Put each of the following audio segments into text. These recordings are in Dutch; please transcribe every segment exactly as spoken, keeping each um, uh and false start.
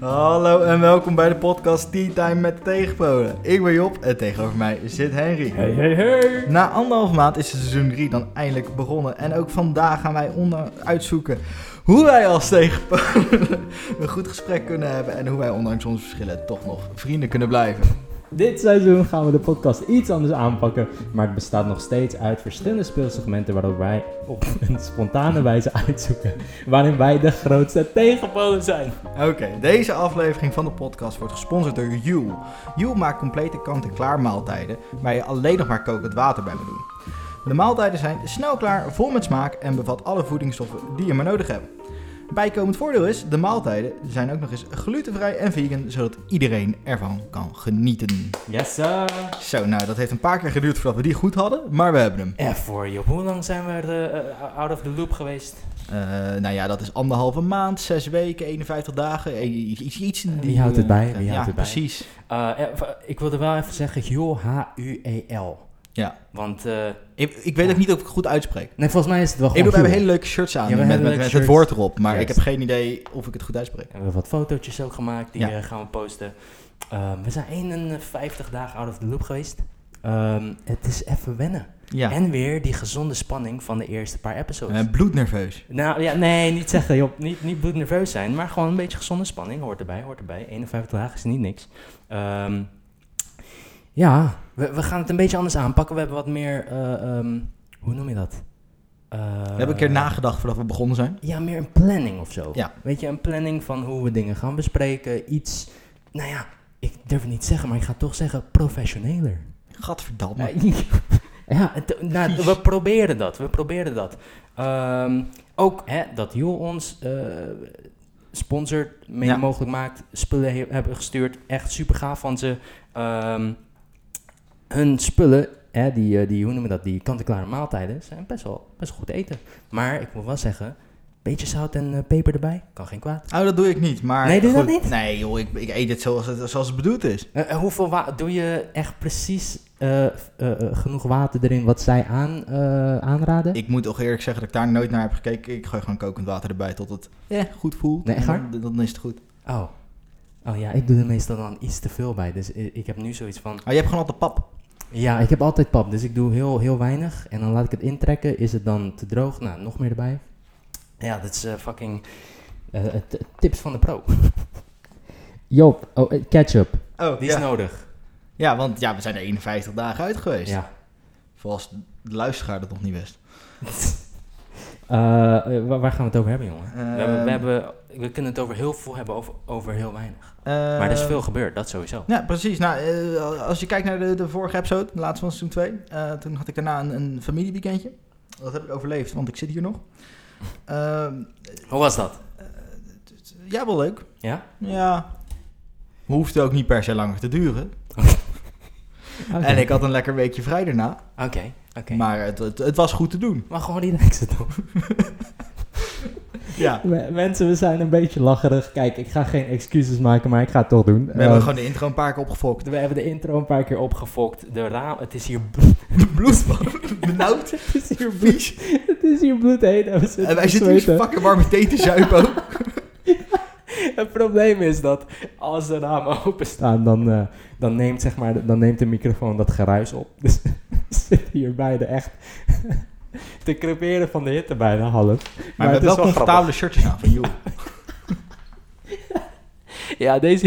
Hallo en welkom bij de podcast Tea Time met de Tegenpolen. Ik ben Job en tegenover mij zit Henry. Hey, hey, hey. Na anderhalf maand is seizoen drie dan eindelijk begonnen. En ook vandaag gaan wij onder uitzoeken hoe wij als Tegenpolen een goed gesprek kunnen hebben. En hoe wij ondanks onze verschillen toch nog vrienden kunnen blijven. Dit seizoen gaan we de podcast iets anders aanpakken, maar het bestaat nog steeds uit verschillende speelsegmenten waarop wij op een spontane wijze uitzoeken waarin wij de grootste tegenpolen zijn. Oké, okay, deze aflevering van de podcast wordt gesponsord door Joule. Joule maakt complete kant-en-klaar maaltijden waar je alleen nog maar kokend water bij moet doen. De maaltijden zijn snel klaar, vol met smaak en bevat alle voedingsstoffen die je maar nodig hebt. Bijkomend voordeel is, de maaltijden zijn ook nog eens glutenvrij en vegan, zodat iedereen ervan kan genieten. Yes sir! Zo, nou dat heeft een paar keer geduurd voordat we die goed hadden, maar we hebben hem. En voor Job, hoe lang zijn we er uh, out of the loop geweest? Uh, nou ja, dat is anderhalve maand, zes weken, eenenvijftig dagen, iets, iets in die... Wie houdt het bij? Wie ja, houdt het bij? precies. Uh, ik wilde wel even zeggen, Joel, H U E L. Ja. Want... Uh, ik, ik weet ja. ook niet of ik het goed uitspreek. Nee, volgens mij is het wel gewoon Ik doe, we hebben Joel. hele leuke shirts aan, Ja, met, met, met, met het woord erop, maar yes. Ik heb geen idee of ik het goed uitspreek. We hebben wat fotootjes ook gemaakt, die ja. uh, gaan we posten. Um, we zijn eenenvijftig dagen out of the loop geweest. Um, het is even wennen. Ja. En weer die gezonde spanning van de eerste paar episodes. Uh, bloednerveus. Nou ja, nee, niet zeggen, joh, niet, niet bloednerveus zijn, maar gewoon een beetje gezonde spanning. Hoort erbij, hoort erbij. eenenvijftig dagen is niet niks. Um, ja, we, we gaan het een beetje anders aanpakken. We hebben wat meer, uh, um, hoe noem je dat? Uh, we hebben een keer nagedacht voordat we begonnen zijn. Ja, meer een planning of zo. Ja. Weet je, een planning van hoe we dingen gaan bespreken. Iets, nou ja, ik durf het niet zeggen, maar ik ga toch zeggen professioneler. Gadverdamme. Uh, ja, t- nou, we proberen dat, we proberen dat. Um, ook hè, dat Joel ons uh, sponsort, mede ja. mogelijk maakt, spullen he- hebben gestuurd. Echt super gaaf van ze. Um, hun spullen, hè, die, die, hoe noemen we dat, die kant-en-klare maaltijden, zijn best wel, best wel goed eten. Maar ik moet wel zeggen, beetje zout en uh, peper erbij, kan geen kwaad. Oh, dat doe ik niet, maar... Nee, doe je goed, dat niet? Nee, joh, ik, ik eet het zoals het, zoals het bedoeld is. Uh, hoeveel wa- doe je echt precies uh, uh, uh, genoeg water erin wat zij aan, uh, aanraden? Ik moet toch eerlijk zeggen dat ik daar nooit naar heb gekeken. Ik gooi gewoon kokend water erbij tot het eh, goed voelt. Nee, echt waar? Dan, dan is het goed. Oh. Oh ja, ik doe er meestal dan iets te veel bij, dus ik, ik heb nu zoiets van... Oh, je hebt gewoon altijd pap? Ja, ik heb altijd pap, dus ik doe heel, heel weinig en dan laat ik het intrekken. Is het dan te droog? Nou, nog meer erbij. Ja, dat is uh, fucking uh, t- tips van de pro. Joop, oh, uh, ketchup. Oh, die ja. is nodig. Ja, want ja, we zijn er eenenvijftig dagen uit geweest. Ja. Volgens de luisteraar dat nog niet wist. uh, waar, waar gaan we het over hebben, jongen? Uh, we, hebben, we, hebben, we kunnen het over heel veel hebben, over, over heel weinig. Uh, maar er is veel gebeurd, dat sowieso. Ja, precies. Nou, uh, als je kijkt naar de, de vorige episode, de laatste van seizoen twee, uh, toen had ik daarna een, een familieweekendje. Dat heb ik overleefd, want ik zit hier nog. Uh, Hoe was dat? Uh, ja, wel leuk. Ja? Ja. Hoefde ook niet per se langer te duren. Okay. En ik had een lekker weekje vrij daarna. Oké, okay, oké. Okay. Maar het, het, het was goed te doen. Maar gewoon relaxen toch? Ja. Mensen, we zijn een beetje lacherig. Kijk, ik ga geen excuses maken, maar ik ga het toch doen. We uh, hebben gewoon de intro een paar keer opgefokt. We hebben de intro een paar keer opgefokt. De raam, het is hier bloed. Benauwd. Het is hier bloed. Het is hier bloedheet. En wij zitten hier fucking warme thee te zuipen ook. Het probleem is dat als de ramen openstaan, dan, uh, dan, neemt, zeg maar, dan neemt de microfoon dat geruis op. Dus we zitten hier beide echt te creperen van de hitte bijna half. Maar, maar we hebben wel comfortabele shirtjes aan van Joel. Ja, deze...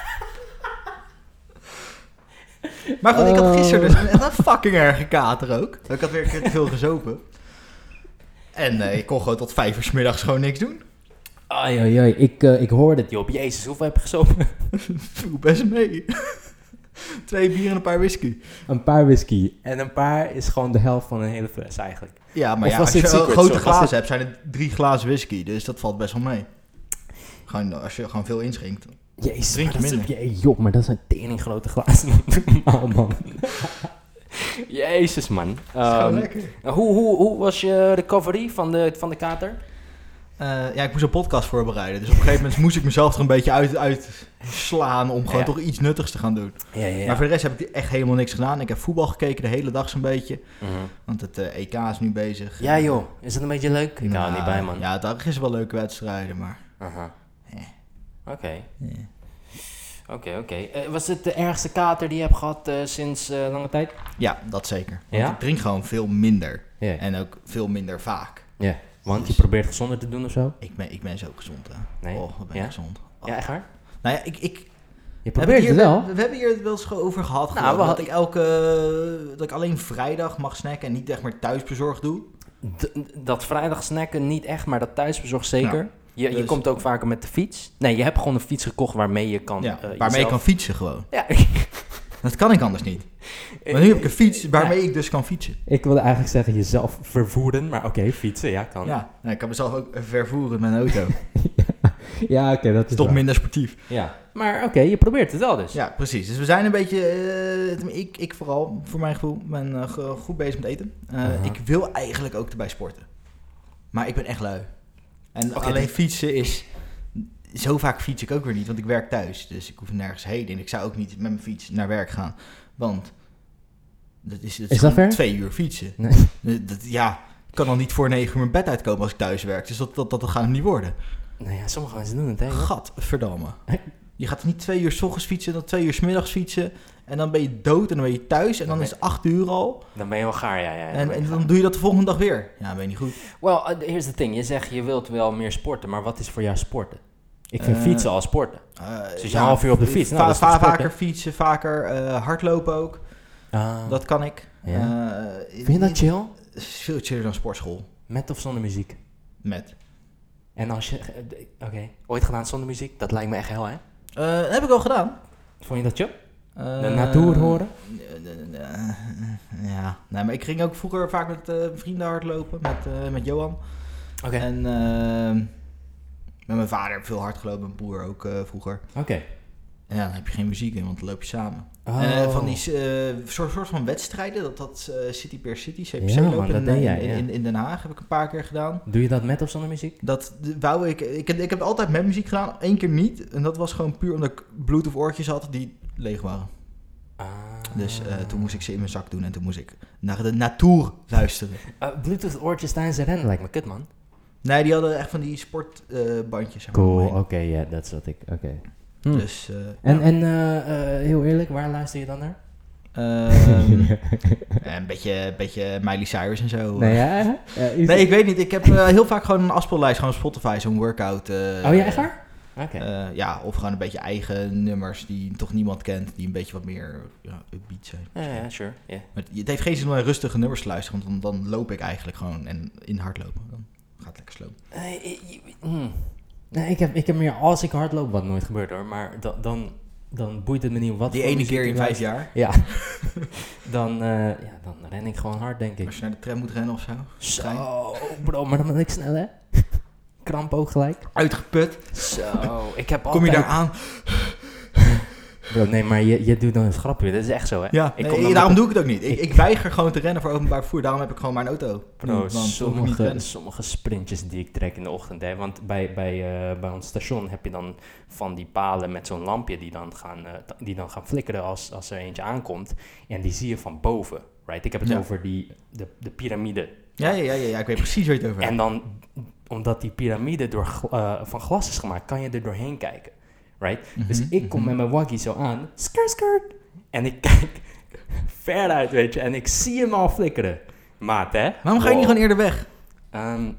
Maar goed, ik had gisteren dus een, een fucking erge kater ook. Ik had weer een keer te veel gezopen. En uh, ik kon gewoon tot vijf uur 's middags gewoon niks doen. Ai, ai, ai. Ik, uh, ik hoorde het, Job. Jezus, hoeveel heb je gezopen? Viel best mee. Twee bier en een paar whisky. Een paar whisky. En een paar is gewoon de helft van een hele fles eigenlijk. Ja, maar ja, als je secret, grote zo, glazen hebt, zijn het drie glazen whisky. Dus dat valt best wel mee. Gewoon, als je gewoon veel inschenkt, Jezus, drink je minder. Is, je, Job, maar dat zijn tering grote glazen. Normaal, man. Jezus, man. Dat is gewoon um, lekker. Hoe, hoe, hoe was je recovery van de, van de kater? Uh, ja, ik moest een podcast voorbereiden. Dus op een gegeven moment moest ik mezelf er een beetje uit, uitslaan om gewoon ja. toch iets nuttigs te gaan doen. Ja, ja, ja. Maar voor de rest heb ik echt helemaal niks gedaan. Ik heb voetbal gekeken de hele dag zo'n beetje. Uh-huh. Want het uh, E K is nu bezig. Ja joh, is het een beetje leuk? Ik nou, hou er niet bij, man. Ja, daar is wel leuke wedstrijden, maar... Uh-huh. Eh. Oké. Okay. Yeah. Oké, okay, oké. Okay. Uh, was het de ergste kater die je hebt gehad uh, sinds uh, lange tijd? Ja, dat zeker. Want ja? ik drink gewoon veel minder. Yeah. En ook veel minder vaak. Ja, yeah. Want dus je probeert gezonder te doen of zo? Ik ben, ik ben zo gezond, hè. Nee? Oh, wat ben ja? ik gezond. Oh. Ja, echt waar? Nou ja, ik... ik je probeert het wel. We, we hebben hier wel eens over gehad. Nou, dat, had... ik elke, dat ik alleen vrijdag mag snacken en niet echt maar thuisbezorgd doe. D- dat vrijdag snacken niet echt, maar dat thuisbezorgd zeker. Ja. Je, dus... je komt ook vaker met de fiets. Nee, je hebt gewoon een fiets gekocht waarmee je kan... Ja, uh, waarmee jezelf... je kan fietsen gewoon. Ja. Dat kan ik anders niet. Maar nu heb ik een fiets waarmee ja. ik dus kan fietsen. Ik wilde eigenlijk zeggen jezelf vervoeren, maar oké, okay, fietsen, ja, kan. Ja, nou, ik kan mezelf ook vervoeren met een auto. Ja, oké, okay, dat is, is toch waar. minder sportief. Ja, maar oké, okay, je probeert het wel dus. Ja, precies. Dus we zijn een beetje, uh, ik, ik vooral, voor mijn gevoel, ben uh, goed bezig met eten. Uh, uh-huh. Ik wil eigenlijk ook erbij sporten. Maar ik ben echt lui. En okay, alleen fietsen is... Zo vaak fiets ik ook weer niet, want ik werk thuis. Dus ik hoef nergens heen. En ik zou ook niet met mijn fiets naar werk gaan. Want dat is, dat is, is dat ver? twee uur fietsen. Nee. Dat, ja, ik kan dan niet voor negen uur mijn bed uitkomen als ik thuis werk. Dus dat, dat, dat, dat gaat het niet worden. Nou ja, sommige mensen doen het, hè? Gadverdamme. Je gaat niet twee uur 's ochtends fietsen, dan twee uur 's middags fietsen. En dan ben je dood en dan ben je thuis. En dan, dan is het acht uur al. Dan ben je wel gaar, ja. ja en, en dan doe je dat de volgende dag weer. Ja, ben je niet goed. Well, uh, here's the thing. Je zegt je wilt wel meer sporten, maar wat is voor jou sporten? Ik vind uh, fietsen al sporten. Uh, dus je ja, half uur op de fiets. Nou, va- va- vaker fietsen, vaker uh, hardlopen ook. Uh, dat kan ik. Ja. Uh, vind je dat chill? Veel chiller dan sportschool. Met of zonder muziek? Met. En als je... Oké, okay. Ooit gedaan zonder muziek? Dat lijkt me echt hel, hè? Uh, dat heb ik al gedaan. Vond je dat chill? Uh, de natuur horen? Uh, ja, nee, maar ik ging ook vroeger vaak met uh, vrienden hardlopen. Met, uh, met Johan. Oké. Okay. En... Uh, met mijn vader heb ik veel hard gelopen, mijn broer ook uh, vroeger. Oké. Okay. En ja, dan heb je geen muziek in, want dan loop je samen. Oh. En uh, van die uh, soort, soort van wedstrijden, dat dat uh, City per City, C P C ja, lopen man, dat in, deed jij, in, ja. in, in Den Haag, heb ik een paar keer gedaan. Doe je dat met of zonder muziek? Dat wou ik, ik, ik, ik heb altijd met muziek gedaan, één keer niet. En dat was gewoon puur omdat ik Bluetooth oortjes had die leeg waren. Ah. Dus uh, toen moest ik ze in mijn zak doen en toen moest ik naar de natuur luisteren. Uh, Bluetooth oortjes tijdens het rennen lijkt me kut, man. Nee, die hadden echt van die sportbandjes. Uh, cool, oké, okay, ja, yeah, dat is wat ik, oké. Okay. Hm. Dus, uh, en ja. en uh, uh, heel eerlijk, waar luister je dan naar? Um, een beetje, beetje Miley Cyrus en zo. Nee, ja, ja, nee ik weet niet. Ik heb uh, heel vaak gewoon een afspeellijst, gewoon Spotify, zo'n workout. Uh, oh ja, echt waar? Oké. Okay. Uh, ja, of gewoon een beetje eigen nummers die toch niemand kent, die een beetje wat meer ja, upbeat zijn. Ja, ja, yeah, sure. Yeah. Maar het, het heeft geen zin om naar rustige nummers te luisteren, want dan, dan loop ik eigenlijk gewoon en in hardlopen. Dan gaat het lekker slow. Uh, mm. Nee, ik heb, ik heb meer als ik hardloop, wat nooit gebeurt hoor, maar da, dan, dan boeit het me niet wat. Die ene keer in vijf jaar? Ja. dan, uh, ja, dan ren ik gewoon hard, denk ik. Als je naar de tram moet rennen of zo? Zo, bro, maar dan ben ik snel, hè? Kramp ook gelijk. Uitgeput. Zo, ik heb Kom altijd... je daar aan? Bro, nee, maar je, je doet dan een grapje. Dat is echt zo, hè? Ja, ik nee, daarom doe ik het ook niet. Ik, ik weiger gewoon te rennen voor openbaar vervoer. Daarom heb ik gewoon mijn auto. Bro, Want sommige, sommige sprintjes die ik trek in de ochtend, hè. Want bij, bij, uh, bij ons station heb je dan van die palen met zo'n lampje die dan gaan, uh, die dan gaan flikkeren als, als er eentje aankomt. En die zie je van boven, right? Ik heb het ja. over die, de, de piramide. Ja, ja, ja, ja, ja, ik weet precies waar je het over hebt. En dan, omdat die piramide door, uh, van glas is gemaakt, kan je er doorheen kijken. Right? Mm-hmm, dus ik kom mm-hmm. met mijn waggie zo aan. Skirt, skirt. En ik kijk ver uit, weet je. En ik zie hem al flikkeren. Maat, hè? Waarom ga je wow. niet gewoon eerder weg? Um,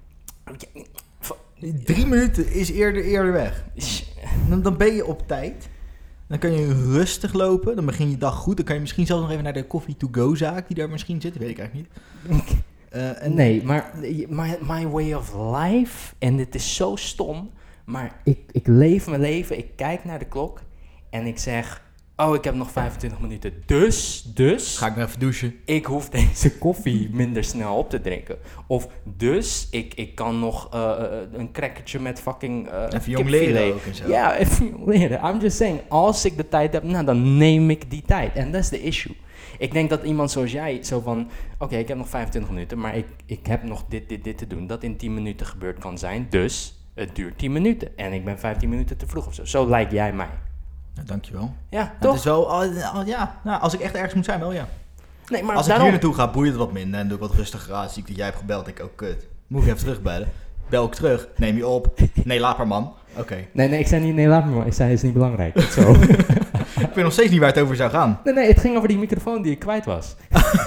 Drie minuten is eerder, eerder weg. Dan, dan ben je op tijd. Dan kan je rustig lopen. Dan begin je dag goed. Dan kan je misschien zelfs nog even naar de coffee-to-go zaak die daar misschien zit. Dat weet ik eigenlijk niet. Uh, en nee, maar my, my way of life. En dit is zo stom. Maar ik, ik leef mijn leven, ik kijk naar de klok en ik zeg, oh, ik heb nog vijfentwintig minuten. Dus, dus... Ga ik nog even douchen. Ik hoef deze koffie minder snel op te drinken. Of dus, ik, ik kan nog uh, een crackertje met fucking uh, even jong leren ook en zo. Ja, even jong leren. I'm just saying, als ik de tijd heb, nou, dan neem ik die tijd. En dat is de issue. Ik denk dat iemand zoals jij zo van, oké, okay, ik heb nog vijfentwintig minuten, maar ik, ik heb nog dit, dit, dit te doen. Dat in tien minuten gebeurd kan zijn, dus... Het duurt tien minuten en ik ben vijftien minuten te vroeg of zo. Zo lijkt jij mij. Nou, dankjewel. Ja, nou, toch? Het is wel, al, al, ja, nou, als ik echt ergens moet zijn, wel ja. Nee, maar als daarom... ik hier naartoe ga, boeit het wat minder en doe ik wat rustiger aan. Zie ik dat jij hebt gebeld, denk ik, oh kut. Moet ik even terugbellen? Bel ik terug, neem je op. Nee, laat maar man. Oké. Okay. Nee, nee, ik zei niet, nee, laat me maar. Ik zei, het is niet belangrijk. Zo. Ik weet nog steeds niet waar het over zou gaan. Nee, nee, het ging over die microfoon die ik kwijt was.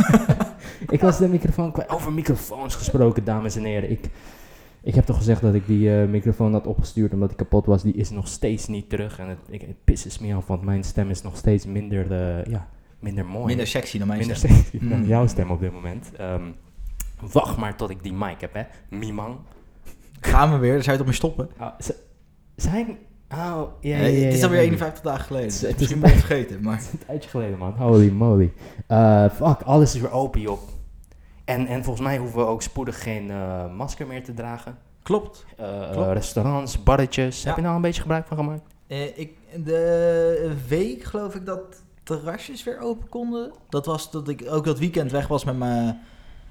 Ik was de microfoon kwijt. Over microfoons gesproken, dames en heren. Ik, ik heb toch gezegd dat ik die uh, microfoon had opgestuurd omdat die kapot was. Die is nog steeds niet terug. En het, ik, het pisses me af, want mijn stem is nog steeds minder, uh, ja, minder mooi. Minder sexy dan mijn minder stem. Minder sexy dan mm. jouw stem op dit moment. Um, wacht maar tot ik die mic heb, hè. Mimang. Gaan we weer, daar zou je het op me stoppen. Oh, z- zijn... Oh, ja, ja, ja, ja. Het is alweer ja, eenenvijftig dagen geleden. Het is, dus het misschien is ben je vergeten, maar... Het is een tijdje geleden, man. Holy moly. Uh, fuck, alles is weer open, joh. En, en volgens mij hoeven we ook spoedig geen uh, masker meer te dragen. Klopt. Uh, Klopt. Restaurants, barretjes. Ja. Heb je nou een beetje gebruik van gemaakt? Uh, ik, de week geloof ik dat terrasjes weer open konden. Dat was dat ik ook dat weekend weg was met mijn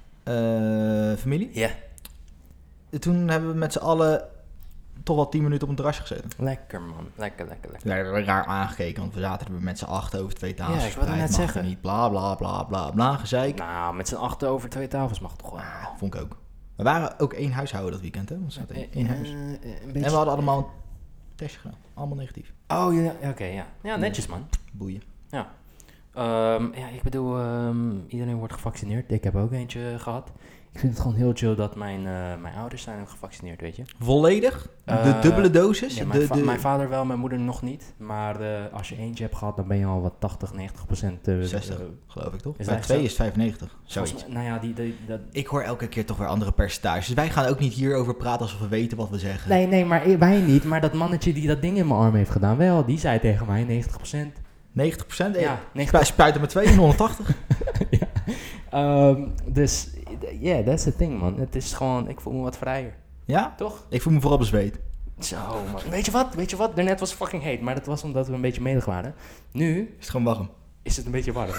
uh, familie. Ja. Yeah. Toen hebben we met z'n allen toch wel tien minuten op een terrasje gezeten. Lekker, man. Lekker, lekker, lekker. Daar hebben we raar aangekeken, want we zaten er met z'n acht over twee tafels. Ja, ik wilde net zeggen. Niet, bla, bla, bla, bla, bla, gezeik. Nou, met z'n acht over twee tafels mag toch wel. Ah, vond ik ook. We waren ook één huishouden dat weekend, hè? We zaten in één huis. Uh, uh, en we hadden allemaal een testje gedaan. Allemaal negatief. Oh, ja, oké, okay, ja. Ja, netjes, man. Boeien. Ja. Um, ja, ik bedoel, um, iedereen wordt gevaccineerd. Ik heb ook eentje gehad. Ik vind het gewoon heel chill dat mijn, uh, mijn ouders zijn ook gevaccineerd, weet je. Volledig? De uh, dubbele dosis? Ja, mijn, de, va- de... mijn vader wel, mijn moeder nog niet. Maar uh, als je eentje hebt gehad, dan ben je al wat tachtig, negentig procent... Uh, zestig, uh, geloof ik toch? Is Bij twee is het vijfennegentig. Zoiets. Nou ja, die, die, dat... Ik hoor elke keer toch weer andere percentages. Wij gaan ook niet hierover praten alsof we weten wat we zeggen. Nee, nee, maar wij niet. Maar dat mannetje die dat ding in mijn arm heeft gedaan, wel. Die zei tegen mij negentig procent. negentig procent? Ja. negentig... Spuiten met twee, honderdtachtig. Ja. Um, dus, ja, yeah, that's the thing, man. Het is gewoon, ik voel me wat vrijer. Ja? Toch? Ik voel me vooral bezweet. Zo, man. Weet je wat? Weet je wat? Daarnet was fucking heet, maar dat was omdat we een beetje medig waren. Nu... Is het gewoon warm? Is het een beetje warm.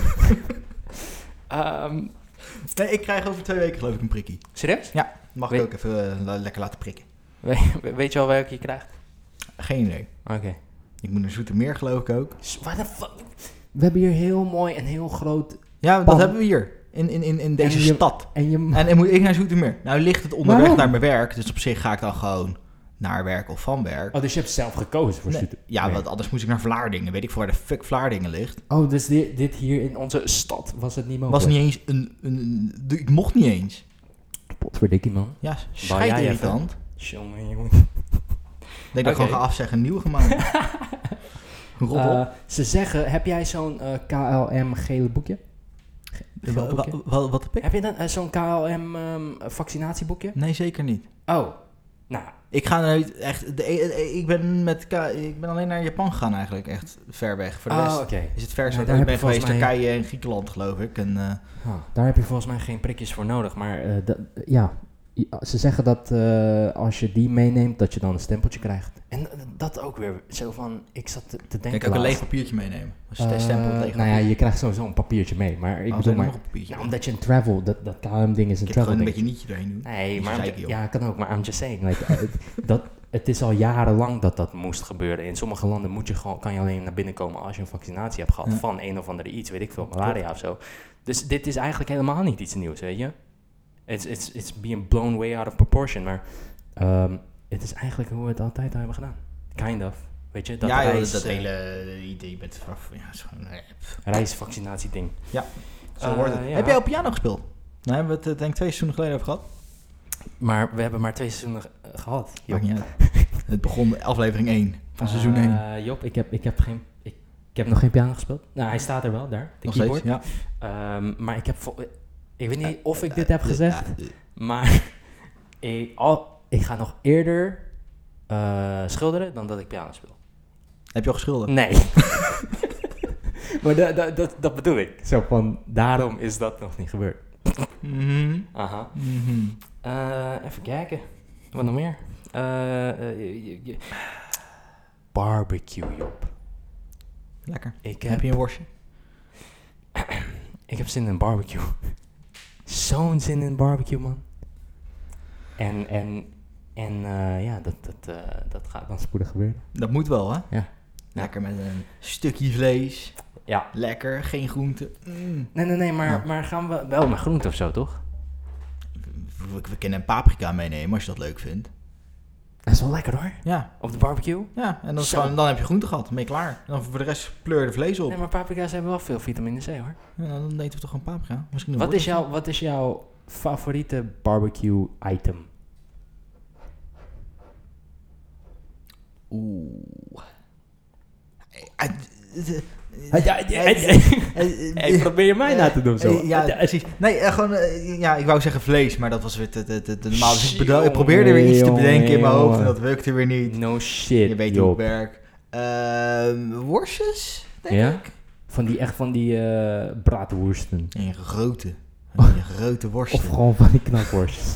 um, nee, ik krijg over twee weken geloof ik een prikkie. Serieus? Ja, mag ik ook even uh, lekker laten prikken. We, weet je al welke je krijgt? Geen idee. Oké. Okay. Ik moet naar Zoetermeer geloof ik ook. Waar de fuck? We hebben hier heel mooi en heel groot... Ja, dat pan. hebben we hier. In, in, in, in deze en je, stad. En, je... en, en moet ik naar Zoetermeer. Nou ligt het onderweg Waarom? naar mijn werk. Dus op zich ga ik dan gewoon naar werk of van werk. Oh, dus je hebt zelf gekozen voor nee. Zoetermeer? Ja, nee. want anders moest ik naar Vlaardingen. Weet ik voor waar de fuck Vlaardingen ligt. Oh, dus dit, dit hier in onze stad was het niet mogelijk? Was niet eens een... een, een ik mocht niet eens. Potverdikkie, man. Ja, schijt irritant. Jongen, jongen. Ik denk dat ik gewoon ga afzeggen, nieuw gemaakt. uh, ze zeggen, heb jij zo'n uh, K L M gele boekje? Ge- wa- wa- wa- wat heb ik? Heb je dan uh, zo'n K L M um, vaccinatieboekje? Nee, zeker niet. Oh, nou. Ik ga nooit echt... De, ik, ben met, ik ben alleen naar Japan gegaan eigenlijk, echt ver weg. Voor de oh, rest okay. is het ver zo. Nee, ik ben geweest mij... Turkije en Griekenland, geloof ik. En, uh... oh, daar heb je volgens mij geen prikjes voor nodig, maar uh, d- ja... Ze zeggen dat uh, als je die meeneemt, dat je dan een stempeltje krijgt. En uh, dat ook weer zo van, ik zat te, te denken... Kan ik ook een leeg papiertje meenemen? Als je uh, stempel leeg Nou ja, je krijgt sowieso een papiertje mee. Maar ik oh, bedoel maar... Nog een papiertje nou, omdat je een travel, dat, dat K L M-ding is een ik travel ding. Ik een beetje nietje doorheen doen. Nee, maar... I'm, ja, kan ook, maar I'm just saying. Like, uh, dat, het is al jarenlang dat dat moest gebeuren. In sommige landen moet je gewoon, kan je alleen naar binnen komen als je een vaccinatie hebt gehad. Ja. Van een of andere iets, weet ik veel, malaria of zo. Dus dit is eigenlijk helemaal niet iets nieuws, weet je. It's, it's, it's being blown way out of proportion. Maar um, het is eigenlijk hoe we het altijd hebben gedaan. Kind of. Weet je, dat ja, reis... dat uh, hele idee met... Ja, is gewoon, nee. Reisvaccinatie ding. Ja, zo uh, wordt het. Ja. Heb jij op piano gespeeld? Nou hebben we het denk ik twee seizoenen geleden over gehad. Maar we hebben maar twee seizoenen uh, gehad. Maakt niet uit. Het begon aflevering één van uh, seizoen één. Job, ik heb, ik heb geen... Ik, ik heb nog geen piano gespeeld. Nou, hij staat er wel, daar. De nog keyboard. Steeds, ja. Um, maar ik heb... Vo- Ik weet niet of ik dit heb gezegd, maar ik, al, ik ga nog eerder uh, schilderen dan dat ik piano speel. Heb je al geschilderd? Nee. Maar da, da, dat, dat bedoel ik. Zo van, daarom is dat nog niet gebeurd. Mm-hmm. Aha. Mm-hmm. Uh, even kijken. Wat nog meer? Uh, uh, je, je. Barbecue, Job. Lekker. Ik heb, heb je een worstje? Ik heb zin in een barbecue. Zo'n zin in barbecue, man. En, en, en uh, ja, dat, dat, uh, dat gaat dan spoedig gebeuren. Dat moet wel, hè? Ja. Lekker met een stukje vlees. Ja. Lekker, geen groente. Mm. Nee, nee, nee, maar, ja. maar gaan we wel met groente of zo, toch? We, we kunnen een paprika meenemen als je dat leuk vindt. Dat is wel lekker hoor. Ja. Op de barbecue. Ja, en dan, is gewoon, dan heb je groente gehad. Dan ben je klaar. En dan voor de rest pleur je de vlees op. Nee, maar paprika's hebben wel veel vitamine C hoor. Ja, dan eten we toch gewoon paprika. Misschien Wat is, jouw, wat is jouw favoriete barbecue item? Oeh. Hey, probeer je mij na te doen zo? Ja, precies. Nee, gewoon, ja, ik wou zeggen vlees, maar dat was weer te, te, te, te normaal. Dus ik, bedo- ik probeerde weer iets te bedenken in mijn hoofd en dat lukte weer niet. No shit, je weet hoe het werkt. Uh, worstjes, denk ja? ik. Van die, echt van die uh, braadworsten. En grote. Van die grote worsten. Of gewoon van die knakworstjes.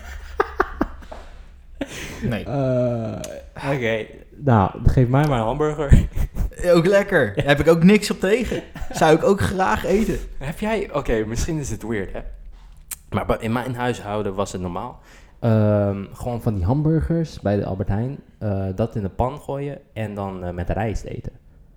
Nee. Uh, Oké. Okay. Nou, geef mij maar een hamburger. Ook lekker. Daar heb ik ook niks op tegen. Zou ik ook graag eten. Heb jij... Oké, okay, misschien is het weird, hè. Maar in mijn huishouden was het normaal. Um, gewoon van die hamburgers bij de Albert Heijn. Uh, dat in de pan gooien en dan uh, met rijst eten.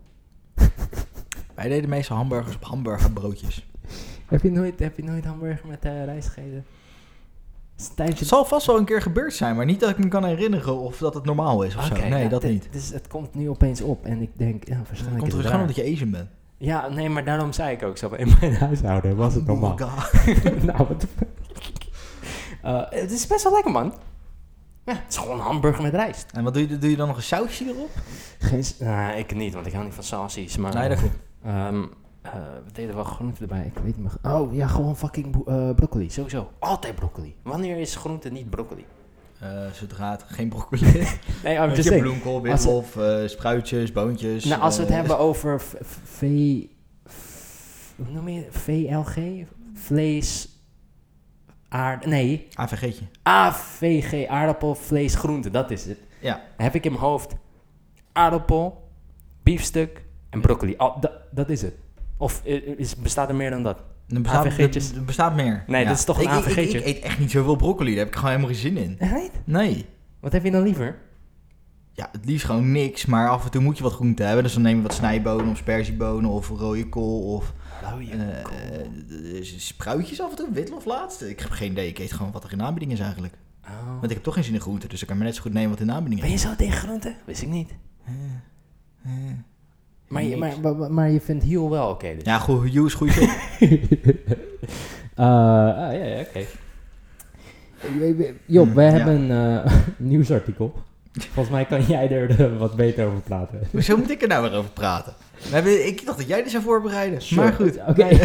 Wij deden meestal hamburgers op hamburgerbroodjes. Heb je nooit, heb je nooit hamburger met uh, rijst gegeten? Het zal vast wel een keer gebeurd zijn, maar niet dat ik me kan herinneren of dat het normaal is of okay, zo. Nee, ja, dat dit, niet. Dus het komt nu opeens op en ik denk, ja, waarschijnlijk het komt is er gewoon omdat je Asian bent. Ja, nee, maar daarom zei ik ook zo, in mijn huishouden was het normaal. Oh god. Nou, wat uh, het is best wel lekker, man. Ja, het is gewoon een hamburger met rijst. En wat doe je, doe je dan nog een sausje erop? Geen, nou, ik niet, want ik hou niet van sausjes, maar... Nee, dat klopt. Um, Uh, we deden wel groente erbij, ik weet niet meer. Oh ja, gewoon fucking uh, broccoli, sowieso. Altijd broccoli. Wanneer is groente niet broccoli? Uh, zodra het geen broccoli. Nee, I'm just saying. Bloemkool, witlof, uh, spruitjes, boontjes. Nou, als we het uh, hebben over v- v- v- hoe noem je V L G? Vlees, aard... Nee. A V G'tje. A V G, aardappel, vlees, groente, dat is het. Ja. Dan heb ik in mijn hoofd aardappel, biefstuk en broccoli. Oh, dat, dat is het. Of is, bestaat er meer dan dat? Er bestaat, er, er bestaat meer. Nee, ja. Dat is toch een ik, A V G'tje? Ik, ik, ik eet echt niet zoveel broccoli. Daar heb ik gewoon helemaal geen zin in. Echt niet? Nee. Wat heb je dan liever? Ja, het liefst gewoon niks. Maar af en toe moet je wat groente hebben. Dus dan neem je wat snijbonen of sperziebonen of rode kool of... Rode kool. Uh, spruitjes af en toe. Witlof laatst. Ik heb geen idee. Ik eet gewoon wat er in aanbieding is eigenlijk. Oh. Want ik heb toch geen zin in groente. Dus ik kan me net zo goed nemen wat in aanbieding is. Ben je zo tegen groente? Wist ik niet. Uh, uh. Maar je, maar, maar, maar je vindt Huel wel oké okay, dus. Ja, goed, Huel is goede shit. uh, ah, ja, ja, oké. Okay. Job, wij ja. hebben een uh, nieuwsartikel. Volgens mij kan jij er uh, wat beter over praten. Hoezo moet ik er nou weer over praten? We hebben, ik dacht dat jij dit zou voorbereiden. Sure. Maar goed. Oké. Okay.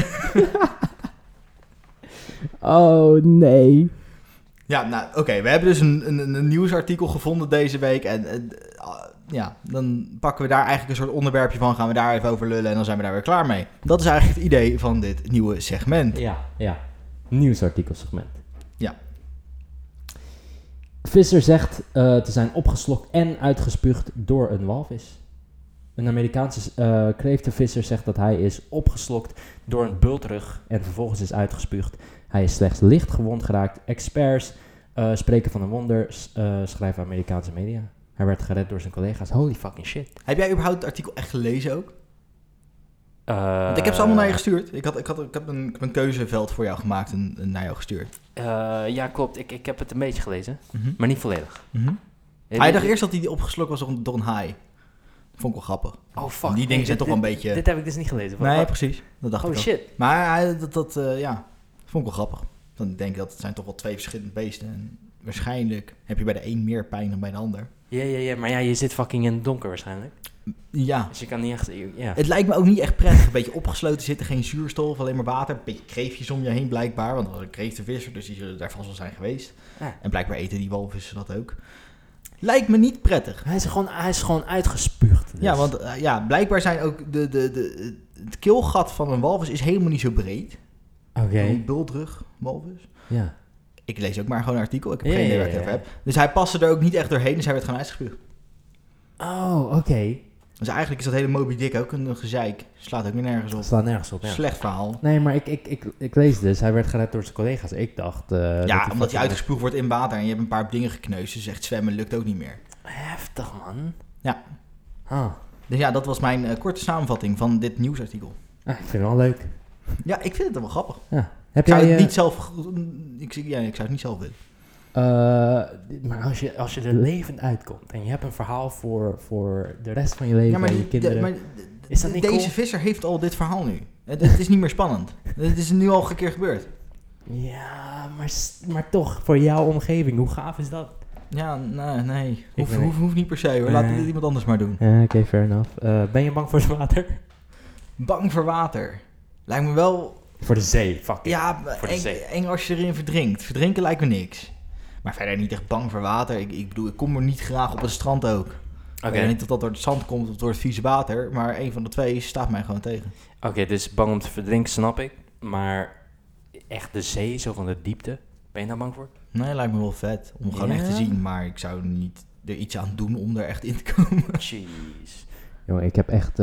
Oh, nee. Ja, nou, oké. Okay. We hebben dus een, een, een nieuwsartikel gevonden deze week. En uh, ja, dan pakken we daar eigenlijk een soort onderwerpje van. Gaan we daar even over lullen en dan zijn we daar weer klaar mee. Dat is eigenlijk het idee van dit nieuwe segment. Ja, ja. Nieuwsartikelsegment. Ja. Visser zegt uh, te zijn opgeslokt en uitgespuugd door een walvis. Een Amerikaanse uh, kreeftenvisser zegt dat hij is opgeslokt door een bultrug en vervolgens is uitgespuugd. Hij is slechts licht gewond geraakt. Experts uh, spreken van een wonder, uh, schrijven Amerikaanse media. Hij werd gered door zijn collega's. Holy fucking shit. Heb jij überhaupt het artikel echt gelezen ook? Uh, Want ik heb ze allemaal naar je gestuurd. Ik, had, ik, had, ik heb een, ik heb een keuzeveld voor jou gemaakt en, en naar jou gestuurd. Uh, ja, klopt. Ik, ik heb het een beetje gelezen, mm-hmm. maar niet volledig. Mm-hmm. Hij dacht eerst dat hij opgeslokt was door een, door een haai. Dat vond ik wel grappig. Oh, fuck. Die dingen nee, zijn dit, toch wel dit, een beetje... Dit heb ik dus niet gelezen. Nee, precies. Dat dacht oh, ik ook. shit. Maar hij, dat, dat uh, ja, vond ik wel grappig. Dan denk ik dat het zijn toch wel twee verschillende beesten. En waarschijnlijk heb je bij de een meer pijn dan bij de ander. Ja, ja, ja. Maar ja, je zit fucking in het donker waarschijnlijk. Ja. Dus je kan niet echt... Ja. Het lijkt me ook niet echt prettig. Een beetje opgesloten zitten, geen zuurstof, alleen maar water. Een beetje kreeftjes om je heen blijkbaar. Want dat is een kreeftenvisser, dus die zullen daar vast wel zijn geweest. Ja. En blijkbaar eten die walvissen dat ook. Lijkt me niet prettig. Hij is gewoon, hij is gewoon uitgespuugd. Dus. Ja, want uh, ja, blijkbaar zijn ook de, de, de, het keelgat van een walvis is helemaal niet zo breed. Oké. Okay. Een bultrug walvis. Ja. Ik lees ook maar gewoon een artikel. Ik heb ja, geen idee ja, waar ik het ja, over heb. Dus hij paste er ook niet echt doorheen, dus hij werd gewoon uitgespuugd. Oh, oké. Okay. Dus eigenlijk is dat hele Moby Dick ook een gezeik. Slaat ook weer nergens op. Slaat nergens op, ja. Slecht verhaal. Nee, maar ik, ik, ik, ik lees dus. Hij werd gered door zijn collega's. Ik dacht... Uh, ja, dat hij omdat hij uitgespuugd wordt in water en je hebt een paar dingen gekneusd. Dus echt zwemmen lukt ook niet meer. Heftig, man. Ja. Ah. Dus ja, dat was mijn uh, korte samenvatting van dit nieuwsartikel. Ah, ik vind het wel leuk. Ja, ik vind het wel grappig. Ja. Heb ik zou jij, het uh... niet zelf... Ik, ja, ik zou het niet zelf willen. Uh, maar als je, als je er levend uitkomt en je hebt een verhaal voor, voor de rest van je leven ja, maar en je die, kinderen... De, maar de, is dat niet deze cool? Visser heeft al dit verhaal nu. Het, het is niet meer spannend. Het is nu al een keer gebeurd. Ja, maar, maar toch, voor jouw omgeving, hoe gaaf is dat? Ja, nee, nee. Hoeft hoef, hoef niet per se hoor. Laat nee. iemand anders maar doen. Ja, oké, okay, fair enough. Uh, ben je bang voor het water? Bang voor water? Lijkt me wel... Voor de zee, fuck it. Ja, voor eng, de zee. eng als je erin verdrinkt. Verdrinken lijkt me niks. Maar verder niet echt bang voor water. Ik, ik bedoel, ik kom er niet graag op het strand ook. Okay. Ik weet niet of dat door het zand komt of door het vieze water. Maar een van de twee staat mij gewoon tegen. Oké, okay, dus bang om te verdrinken snap ik. Maar echt de zee, zo van de diepte. Ben je daar bang voor? Nee, lijkt me wel vet. Om gewoon yeah. echt te zien. Maar ik zou niet er iets aan doen om er echt in te komen. Jeez. Jongen, ik heb echt... Uh,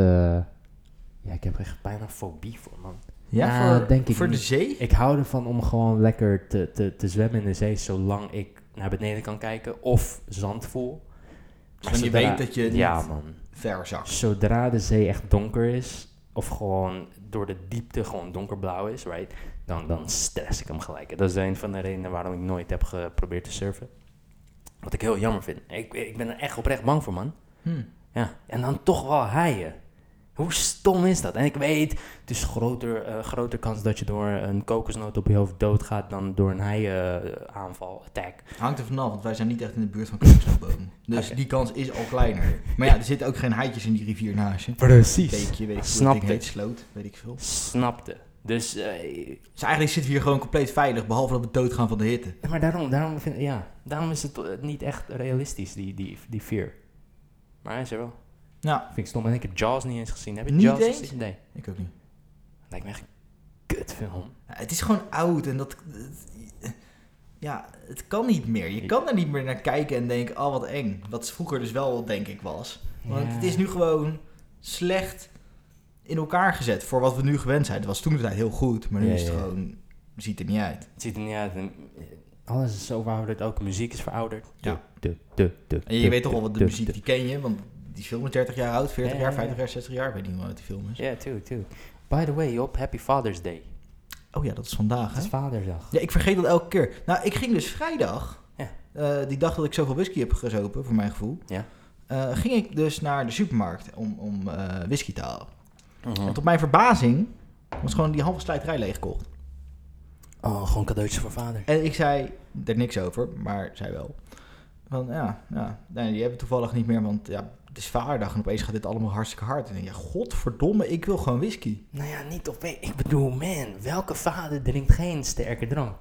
ja, ik heb echt bijna fobie voor, man. Ja, uh, voor, denk ik voor de zee? Ik hou ervan om gewoon lekker te, te, te zwemmen in de zee, zolang ik naar beneden kan kijken of zand voel. Zolang je weet dat je ja, niet man. ver zakt. Zodra de zee echt donker is, of gewoon door de diepte gewoon donkerblauw is, right, dan, dan stress ik hem gelijk. Dat is een van de redenen waarom ik nooit heb geprobeerd te surfen. Wat ik heel jammer vind. Ik, ik ben er echt oprecht bang voor, man. Hmm. Ja, en dan toch wel haaien. Hoe stom is dat? En ik weet, het is groter, uh, groter kans dat je door een kokosnoot op je hoofd doodgaat dan door een haaienaanval, uh, attack. Hangt er vanaf, want wij zijn niet echt in de buurt van kokosnootbomen. Dus okay. die kans is al kleiner. Maar ja, er zitten ook geen haaitjes in die rivier naast je. Precies. Beekje, weet ik veel, het ding heet sloot, weet ik veel. Snapte. Dus, uh, dus eigenlijk zitten we hier gewoon compleet veilig, behalve dat we doodgaan van de hitte. Ja, maar daarom, daarom, vind, ja, daarom is het uh, niet echt realistisch, die, die, die fear. Maar hij is er wel. Ja. Vind ik stom. En ik heb Jaws niet eens gezien. Heb je niet Jaws eens? gezien? Nee. Ik ook niet. Lijkt me echt een kutfilm. Ja, het is gewoon oud en dat... Het, ja, het kan niet meer. Je kan er niet meer naar kijken en denken, oh wat eng. Wat vroeger dus wel, denk ik, was. Want ja. het is nu gewoon slecht in elkaar gezet voor wat we nu gewend zijn. Het was toen de tijd heel goed, maar nu ja, is het ja. gewoon... ziet er niet uit. Het ziet er niet uit. En alles is zo verouderd. Ook muziek is verouderd. Ja. De, de, de, en je de, weet toch de, al wat de, de muziek, de. die ken je, want... Die film is dertig jaar oud, veertig ja, jaar, ja, vijftig ja. jaar, zestig jaar. Ik weet niet hoe oud die film is. Ja, tuurlijk, tuurlijk. By the way, Job, Happy Father's Day. Oh ja, dat is vandaag, hè? Het is Vadersdag. Ja, ik vergeet dat elke keer. Nou, ik ging dus vrijdag, ja. uh, die dag dat ik zoveel whisky heb gezopen, voor mijn gevoel, ja. uh, ging ik dus naar de supermarkt om, om uh, whisky te halen. Uh-huh. En tot mijn verbazing was gewoon die halve slijterij leeggekocht. Oh, gewoon cadeautjes voor vader. En ik zei er niks over, maar zei wel. Van ja, ja, nee, die hebben toevallig niet meer, want ja, het is vaderdag en opeens gaat dit allemaal hartstikke hard. En dan denk je, godverdomme, ik wil gewoon whisky. Nou ja, niet op... Ik bedoel, man, welke vader drinkt geen sterke drank?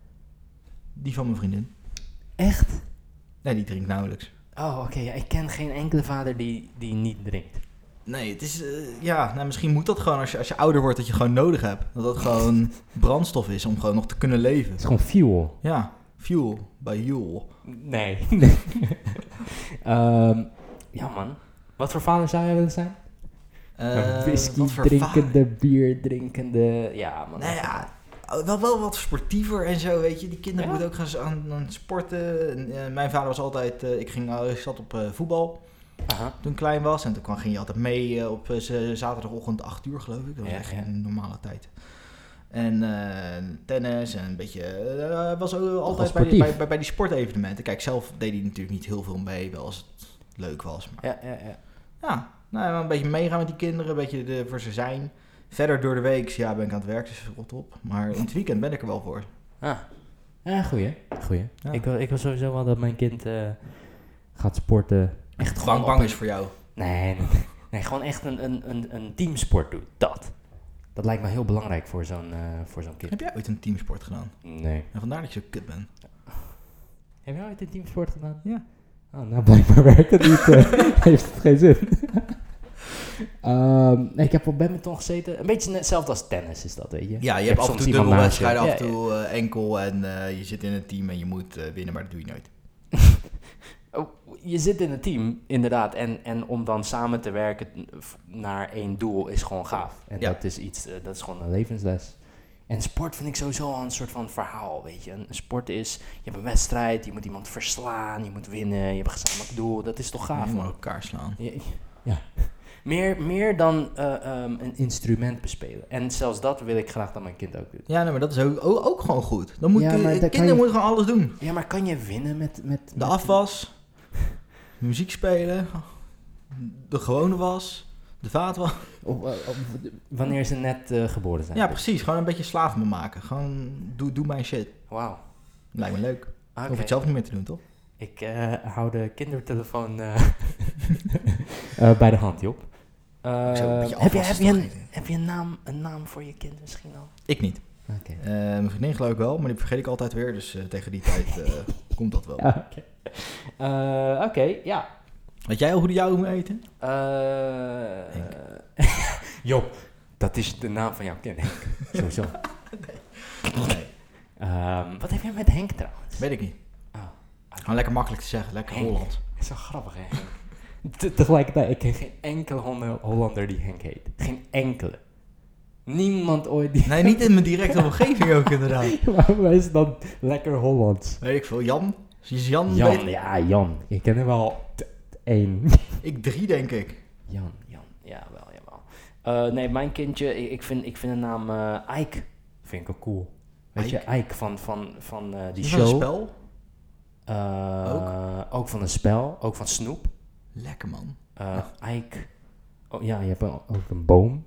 Die van mijn vriendin. Echt? Nee, die drinkt nauwelijks. Oh, oké. Okay, ja, ik ken geen enkele vader die, die niet drinkt. Nee, het is... Uh, ja, nou, misschien moet dat gewoon als je, als je ouder wordt, dat je gewoon nodig hebt. Dat dat gewoon brandstof is om gewoon nog te kunnen leven. Het is gewoon fuel. Ja, fuel bij Jules. Nee. um, ja, man. Wat voor vader zou jij willen zijn? Uh, whisky drinkende, va- bier drinkende... Ja, man. Nou ja, wel, wel wat sportiever en zo, weet je. Die kinderen ja? moeten ook gaan aan, aan sporten. En, uh, mijn vader was altijd... Uh, ik ging, uh, zat op uh, voetbal Aha. toen ik klein was. En toen kwam, ging je altijd mee uh, op uh, zaterdagochtend acht uur, geloof ik. Dat was ja, echt ja. een normale tijd. En uh, tennis en een beetje... Uh, was ook altijd bij die, bij, bij, bij die sportevenementen. Kijk, zelf deed hij natuurlijk niet heel veel mee, wel als het leuk was. Maar ja, ja, ja. Ja, nou, een beetje meegaan met die kinderen, een beetje de, voor ze zijn. Verder door de week, ja, ben ik aan het werk, dus rot op. Maar in het weekend ben ik er wel voor. Ah, ja, goeie. goeie. Ja. Ik, wil, ik wil sowieso wel dat mijn kind uh, gaat sporten. Echt bang, bang is voor jou? Nee, nee, nee, nee gewoon echt een, een, een, een teamsport doet. Dat. Dat lijkt me heel belangrijk voor zo'n, uh, voor zo'n kind. Heb jij ooit een teamsport gedaan? Nee. En vandaar dat je zo kut bent. Heb jij ooit een teamsport gedaan? Ja. Oh, nou, blijkbaar werkt het niet. Uh, heeft het geen zin. um, nee, ik heb op badminton gezeten. Een beetje hetzelfde als tennis is dat, weet je. Ja, je, je hebt af en toe dubbelwedstrijden, af en toe uh, enkel. En uh, je zit in een team en je moet uh, winnen, maar dat doe je nooit. oh, je zit in een team, inderdaad. En, en om dan samen te werken naar één doel is gewoon gaaf. En ja. dat is iets, uh, dat is gewoon een levensles. En sport vind ik sowieso al een soort van verhaal, weet je. Een sport is, je hebt een wedstrijd, je moet iemand verslaan, je moet winnen, je hebt een gezamenlijk doel. Dat is toch gaaf, je man. moet elkaar slaan. Ja, ja. Meer, meer dan uh, um, een instrument bespelen. En zelfs dat wil ik graag dat mijn kind ook doet. Ja, nee, maar dat is ook, ook, ook gewoon goed. Dan moet Ja, je, maar dan kinderen kan je- moeten gewoon alles doen. Ja, maar kan je winnen met... met De met- afwas, muziek spelen, de gewone was, de vaatwas. Of, uh, of, wanneer ze net uh, geboren zijn. Ja, precies. Gewoon een beetje slaaf me maken. Gewoon, doe, doe mijn shit. Wauw. Lijkt me leuk. Okay. Hoef het zelf niet meer te doen, toch? Ik uh, hou de kindertelefoon uh, uh, bij de hand, Job. Uh, Ik zou een beetje heb, je, afwas heb, je een, toch eten. heb je een naam, een naam voor je kind misschien al? Ik niet. Oké. Uh, mijn vriendin geloof ik wel, maar die vergeet ik altijd weer. Dus uh, tegen die tijd uh, komt dat wel. Ja, Oké, okay. uh, okay, ja. Weet jij al hoe de jou moet eten? Uh, Job, dat is de naam van jouw kind, Henk. Sowieso. Nee. nee. Um, wat heb jij met Henk trouwens? Weet ik niet. Oh, okay. Gewoon lekker makkelijk te zeggen. Lekker Henk. Hollands. Dat is wel grappig, hè, Henk? Te- tegelijkertijd, ik ken geen enkele Holl- Hollander die Henk heet. Geen enkele. Niemand ooit die... Nee, niet in mijn directe omgeving ook inderdaad. Waarom is het dan lekker Hollands? Weet ik veel. Jan? Is Jan? Jan, weet- ja, Jan. Ik ken er wel t- één. Ik drie, denk ik. Jan, Jan. Ja, wel, jawel. Uh, nee, mijn kindje, ik, ik, vind, ik vind de naam uh, Ike, vind ik ook cool. Weet Ike? je, Ike van, van, van uh, die Is show. dat een spel? Uh, Ook? ook van een spel, ook van Snoep. Lekker man. Uh, Ike. Oh ja, je hebt een- ook een boom.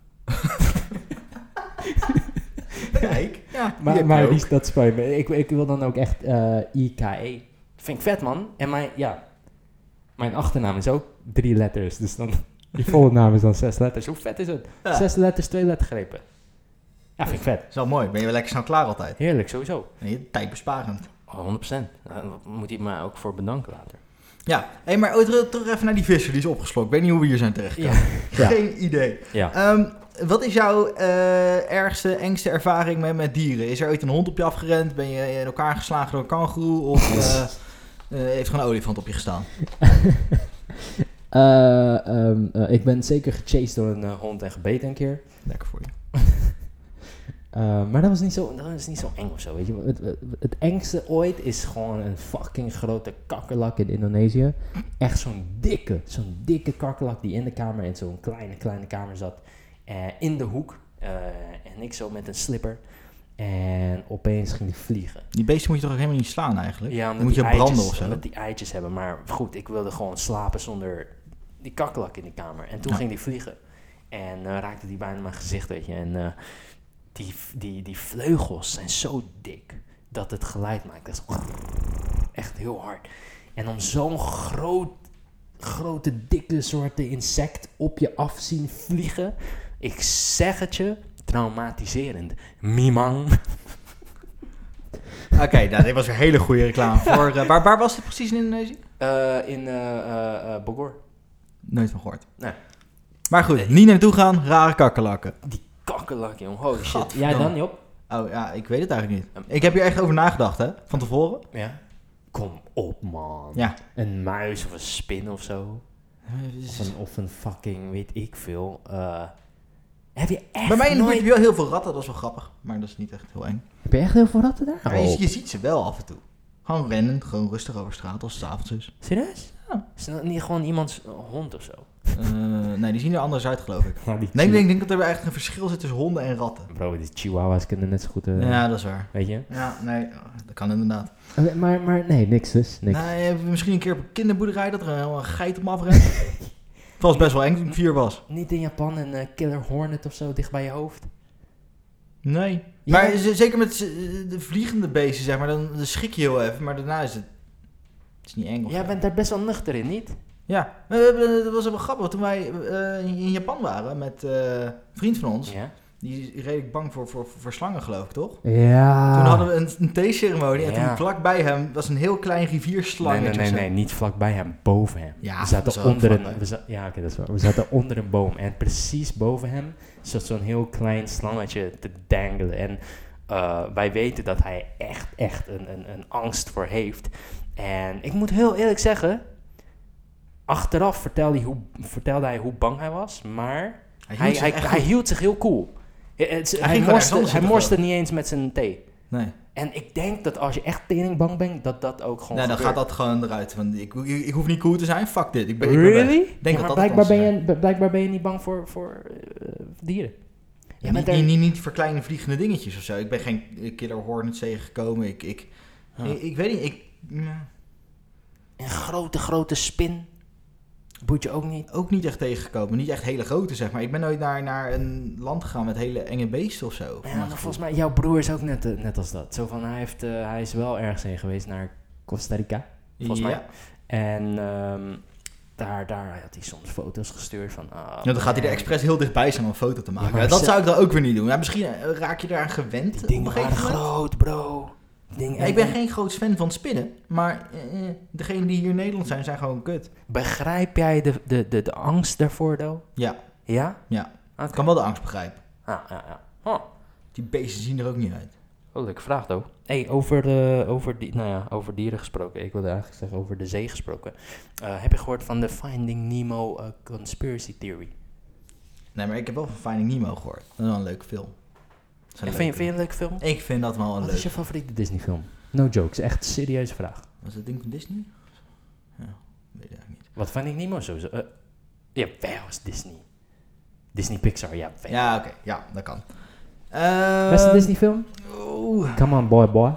Kijk. Ja, die Maar, heb maar je ook. die, dat spijt me. Ik, ik wil dan ook echt uh, I K E. Vind ik vet, man. En mijn, ja, mijn achternaam is ook drie letters. Dus dan, die volle naam is dan zes letters. Hoe vet is het? Ja. Zes letters, twee lettergrepen. Ja, vind ik vet. Is wel mooi. Ben je wel lekker snel klaar altijd. Heerlijk, sowieso. En je tijdbesparend. honderd procent. Daar moet hij me ook voor bedanken later. Ja, hey, maar oh, terug, terug even naar die visser die is opgeslokt. Ik weet niet hoe we hier zijn terechtgekomen. Ja. Geen idee. Ja. Um, wat is jouw uh, ergste, engste ervaring met, met dieren? Is er ooit een hond op je afgerend? Ben je in elkaar geslagen door een kangoeroe? Of uh, uh, heeft gewoon een olifant op je gestaan? uh, um, uh, ik ben zeker gechased door een uh, hond en gebeten een keer. Lekker voor je. Uh, maar dat was niet zo, dat was niet zo eng of zo, weet je. Het, het, het engste ooit is gewoon een fucking grote kakkerlak in Indonesië. Echt zo'n dikke, zo'n dikke kakkerlak die in de kamer, in zo'n kleine, kleine kamer zat. Uh, in de hoek. Uh, en ik zo met een slipper. En opeens ging die vliegen. Die beesten moet je toch ook helemaal niet slaan eigenlijk? Ja, Dan moet je die branden eitjes, of zo. omdat die eitjes hebben. Maar goed, ik wilde gewoon slapen zonder die kakkerlak in die kamer. En toen Ja. ging die vliegen. En uh, raakte die bijna mijn gezicht, weet je. En uh, die, die, die vleugels zijn zo dik dat het geluid maakt. Dat is echt heel hard. En om zo'n groot, grote, dikke soorten insect op je af zien vliegen. Ik zeg het je, traumatiserend. Mimang. Oké, okay, nou, dit was een hele goede reclame. voor. Uh, waar, waar was dit precies in Indonesië? Uh, in uh, uh, uh, Bogor. Nooit van gehoord. Nee. Maar goed, niet naartoe gaan, rare kakkerlakken. Die kakkerlak, jong. Holy shit. Gadverdamme. Jij dan, Job? Oh ja, ik weet het eigenlijk niet. Ik heb hier echt over nagedacht, hè? Van tevoren. Ja. Kom op, man. Ja. Een muis of een spin of zo. Of een, of een fucking, weet ik veel. Uh, heb je echt Bij mij in de buurt nooit... heb je wel heel veel ratten, dat is wel grappig. Maar dat is niet echt heel eng. Heb je echt heel veel ratten daar? Ja, je, je ziet ze wel af en toe. Gewoon rennen, gewoon rustig over straat als het avonds is. Serieus? Ja. Is dat niet gewoon iemands hond of zo? Uh, nee, die zien er anders uit, geloof ik. Ja, die Nee, ik denk, denk dat er eigenlijk een verschil zit tussen honden en ratten. Bro, die chihuahuas kunnen net zo goed... Uh, Ja, dat is waar. Weet je? Ja, nee, dat kan inderdaad. Uh, maar, maar nee, niks dus. Niks. Nee, heb je misschien een keer op een kinderboerderij dat er een, een geit op me afrent? Het was best wel eng toen ik vier was. Niet in Japan een uh, killer hornet of zo dicht bij je hoofd? Nee. Ja. Maar z- zeker met z- de vliegende beesten, zeg maar, dan, dan schrik je heel even. Maar daarna is het, het is niet eng of Jij zo. bent daar best wel nuchter in, niet? Ja, we hebben- dat was wel grappig. Toen wij uh, in Japan waren met uh, een vriend van ons, Ja. die is redelijk bang voor, voor, voor slangen, geloof ik, toch? Ja. Toen hadden we een, een theeceremonie en Ja. toen vlakbij hem was een heel klein rivierslangetje. Nee, nee, nee, of zo. nee, niet vlakbij hem, boven hem. Ja, we dat is zaten wel onder een, vlakbij. we za- ja, oké, dat is waar. We zaten onder een boom en precies boven hem zat zo'n heel klein slangetje te dangelen. En uh, wij weten dat hij echt, echt een, een, een angst voor heeft. En ik moet heel eerlijk zeggen, achteraf vertelde hij hoe, vertelde hij hoe bang hij was, maar Hij hij, hield zich hij, echt hij goed. hield zich heel cool. Het, het, Hij hij ging gewoon ergens morste, anders hij zitten morste niet eens met zijn thee. Nee. En ik denk dat als je echt tering bang bent, dat dat ook gewoon Nee, dan gebeurt. gaat dat gewoon eruit. Want ik, ik, ik hoef niet cool te zijn, fuck dit. Ik ben, ik ben Really? weg. Denk ja, dat maar dat blijkbaar, het ben je, blijkbaar ben je niet bang voor, voor uh, dieren. Ja, niet, niet, niet, niet voor kleine vliegende dingetjes of zo. Ik ben geen killer hornets tegengekomen. Ik, ik, Huh. ik, ik weet niet, ik... Een grote, grote spin boeit je ook niet. Ook niet echt tegengekomen. Niet echt hele grote, zeg maar. Ik ben nooit naar, naar een land gegaan met hele enge beesten of zo. Ja, maar volgens mij, jouw broer is ook net, uh, net als dat. Zo van, hij, heeft, uh, hij is wel ergens heen geweest naar Costa Rica, volgens ja. mij. En um, daar, daar had hij soms foto's gestuurd van... Uh, ja, dan gaat hij er expres heel dichtbij zijn om een foto te maken. Ja, Ja, dat ze- zou ik dan ook weer niet doen. Ja, misschien raak je eraan gewend. Die dingen op een waren gegeven moment. groot, bro. Ding, Ja, ik ben geen groot fan van spinnen. Maar eh, degenen die hier in Nederland zijn, zijn gewoon kut. Begrijp jij de, de, de, de angst daarvoor, though? Ja, Ja? ja. Okay. Ik kan wel de angst begrijpen. Ah, ja, ja. Oh. Die beesten zien er ook niet uit. Oh, leuke vraag, though. Hey, over, uh, over, die, nou ja, over dieren gesproken. Ik wilde eigenlijk zeggen over de zee gesproken. Uh, heb je gehoord van de Finding Nemo uh, conspiracy theory? Nee, maar ik heb wel van Finding Nemo gehoord. Dat is wel een leuke film. Ja, vind, je, vind je een leuke film? Ik vind dat wel een Wat leuke is je favoriete Disney film? No jokes, echt een serieuze vraag. Was dat ding van Disney? Ja, weet ik eigenlijk niet. Wat Finding Nemo sowieso? Uh, ja, wel is Disney. Disney Pixar, ja. Wel. Ja, oké. Okay. Ja, dat kan. Uh, Beste Disney film? Oh. Come on, boy, boy. Oké,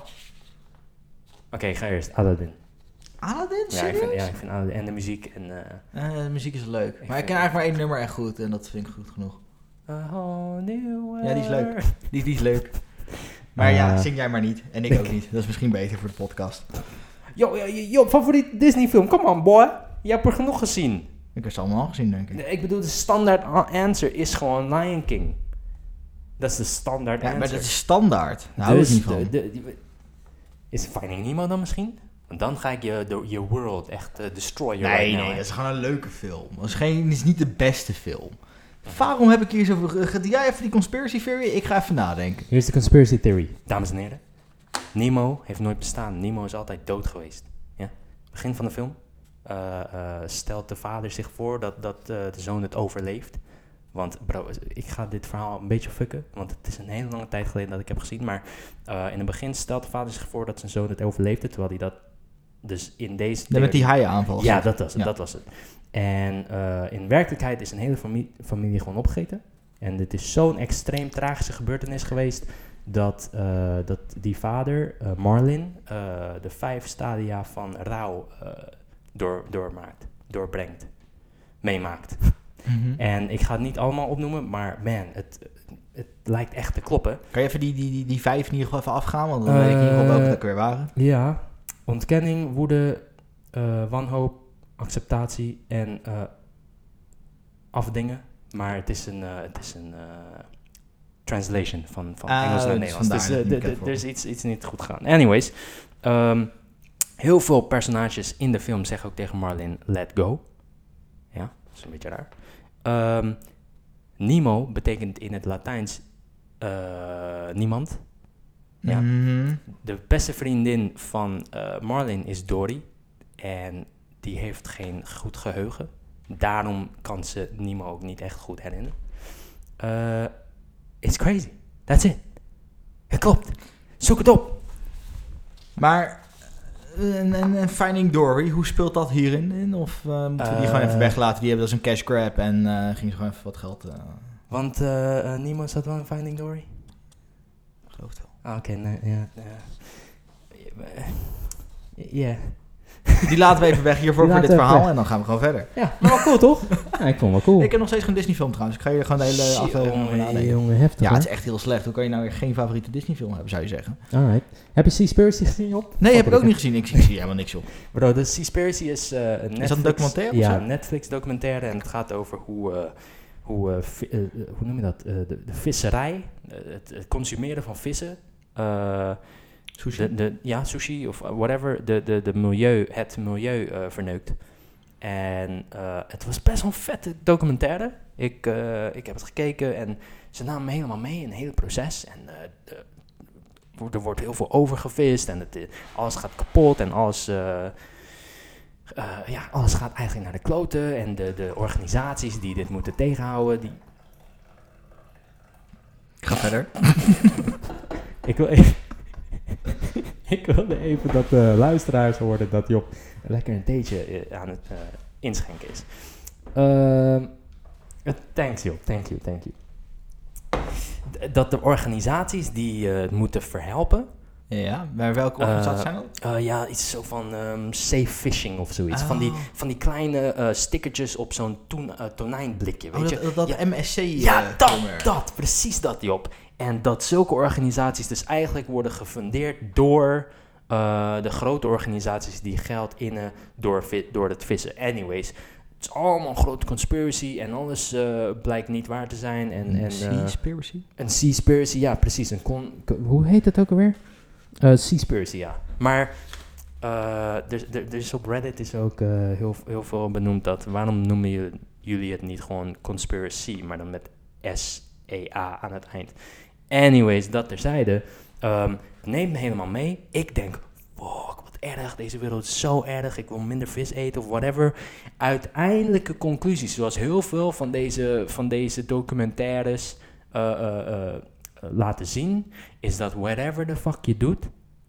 okay, ga eerst. Aladdin. Aladdin? Ja, ik vind, ja, ik vind Aladdin. En de muziek en... Uh, uh, de muziek is leuk. Ik maar ik ken eigenlijk maar één nummer echt goed en dat vind ik goed genoeg. A whole new ja, die is leuk. Die, die is leuk. Maar uh, ja, zing jij maar niet. En ik ook niet. Dat is misschien beter voor de podcast. Yo, yo, yo, favoriet Disney film. Come on, boy. Je hebt er genoeg gezien. Ik heb ze allemaal gezien, denk ik. Nee, ik bedoel, de standaard answer is gewoon Lion King. Dat is de standaard ja, answer. maar dat is standaard. Daar hou ik dus niet van. De, de, de, is Finding Nemo dan misschien? Want dan ga ik je, de, je world echt uh, destroyen. Nee, right nee, now, dat is gewoon een leuke film. Dat is, geen, dat is niet de beste film. Waarom heb ik hier zo... Ga jij even die conspiracy theory? Ik ga even nadenken. Hier is de conspiracy theory. Dames en heren. Nemo heeft nooit bestaan. Nemo is altijd dood geweest. Ja? Begin van de film. Uh, uh, stelt de vader zich voor dat, dat uh, de zoon het overleeft. Want bro, ik ga dit verhaal een beetje fucken. Want het is een hele lange tijd geleden dat ik heb gezien. Maar uh, in het begin stelt de vader zich voor dat zijn zoon het overleefde. Terwijl hij dat dus in deze... Ja, met die haaienaanval. Ja, dat was het. Ja. Dat was het. En uh, in werkelijkheid is een hele familie, familie gewoon opgegeten. En dit is zo'n extreem tragische gebeurtenis geweest... dat, uh, dat die vader, uh, Marlin, uh, de vijf stadia van rouw uh, door, doormaakt, doorbrengt, meemaakt. Mm-hmm. En ik ga het niet allemaal opnoemen, maar man, het, het lijkt echt te kloppen. Kan je even die, die, die, die vijf in ieder geval even afgaan? Want dan uh, weet ik in ieder geval welke dat ook weer waren. Ja, ontkenning, woede, uh, wanhoop, acceptatie en uh, afdingen. Maar het is een, uh, het is een uh, translation van, van uh, Engels naar dus Nederlands. Dus uh, de, de, er is iets, iets niet goed gegaan. Anyways, um, heel veel personages in de film zeggen ook tegen Marlin, let go. Ja, dat is een beetje raar. Um, Nemo betekent in het Latijns uh, niemand. Ja. Mm-hmm. De beste vriendin van uh, Marlin is Dory. En die heeft geen goed geheugen. Daarom kan ze Nemo ook niet echt goed herinneren. Uh, it's crazy. That's it. Het klopt. Zoek het op. Maar... En, en, en Finding Dory, hoe speelt dat hierin? In? Of uh, moeten we die uh, gewoon even weglaten? Die hebben dus een cash grab en uh, gingen ze gewoon even wat geld... Uh... Want uh, uh, Nemo zat wel in Finding Dory? Ik geloof het wel. Ah, oké, okay, nee, ja. Ja. Yeah. Die laten we even weg hiervoor voor dit verhaal weg. En dan gaan we gewoon verder. Ja, maar wel cool toch? Ja, ik vond wel cool. Ik heb nog steeds geen Disney film trouwens. Ik ga hier gewoon de hele aflevering over nadenken. Jongen, heftig. Ja, hoor. het is echt heel slecht. Hoe kan je nou weer geen favoriete Disney film hebben, zou je zeggen? Alright. Heb je Seaspiracy gezien op? Nee, heb ik ook niet gezien. Ik zie, ik zie helemaal niks op. Bro, de Seaspiracy is uh, een Netflix... Is dat een documentaire? Ja, een Netflix documentaire. En het gaat over hoe... Uh, hoe, uh, vi- uh, hoe noem je dat? Uh, de, de visserij. Uh, het, het consumeren van vissen. Uh, Sushi? De, de, ja, sushi of whatever. De, de, de milieu, het milieu uh, verneukt. En uh, het was best wel een vette documentaire. Ik, uh, ik heb het gekeken en ze namen me helemaal mee in het hele proces. En uh, de, er wordt heel veel overgevist en het, alles gaat kapot en alles... Uh, uh, ja, alles gaat eigenlijk naar de kloten. En de, de organisaties die dit moeten tegenhouden, die... Ik ga verder. Ik wil even... ik wilde even dat de luisteraars hoorden dat Job lekker een theetje uh, aan het uh, inschenken is. Uh, thanks Job, thank you, thank you. D- dat de organisaties die uh, het moeten verhelpen. Ja, maar welke organisaties uh, zijn dat? Uh, ja, iets zo van um, safe fishing of zoiets. Oh. Van, die, van die kleine uh, stickertjes op zo'n toen, uh, tonijnblikje, weet oh, je. Dat, dat ja, M S C uh, Ja, dat, nummer. dat, precies dat, Job. En dat zulke organisaties dus eigenlijk worden gefundeerd door uh, de grote organisaties die geld innen door, vi- door het vissen. Anyways, het is allemaal een grote conspiracy en alles uh, blijkt niet waar te zijn. En, Een en, Seaspiracy? Uh, een Seaspiracy, ja, precies. Een con- con- hoe heet het ook alweer? Uh, Seaspiracy, ja. Maar uh, er, er, er is op Reddit is ook uh, heel, heel veel benoemd dat waarom noemen je, jullie het niet gewoon conspiracy, maar dan met S E A aan het eind. Anyways, dat terzijde. Um, neem me helemaal mee. Ik denk, fuck, wat erg. Deze wereld is zo erg. Ik wil minder vis eten of whatever. Uiteindelijke conclusies, zoals heel veel van deze, van deze documentaires uh, uh, uh, laten zien, is dat whatever the fuck je doet,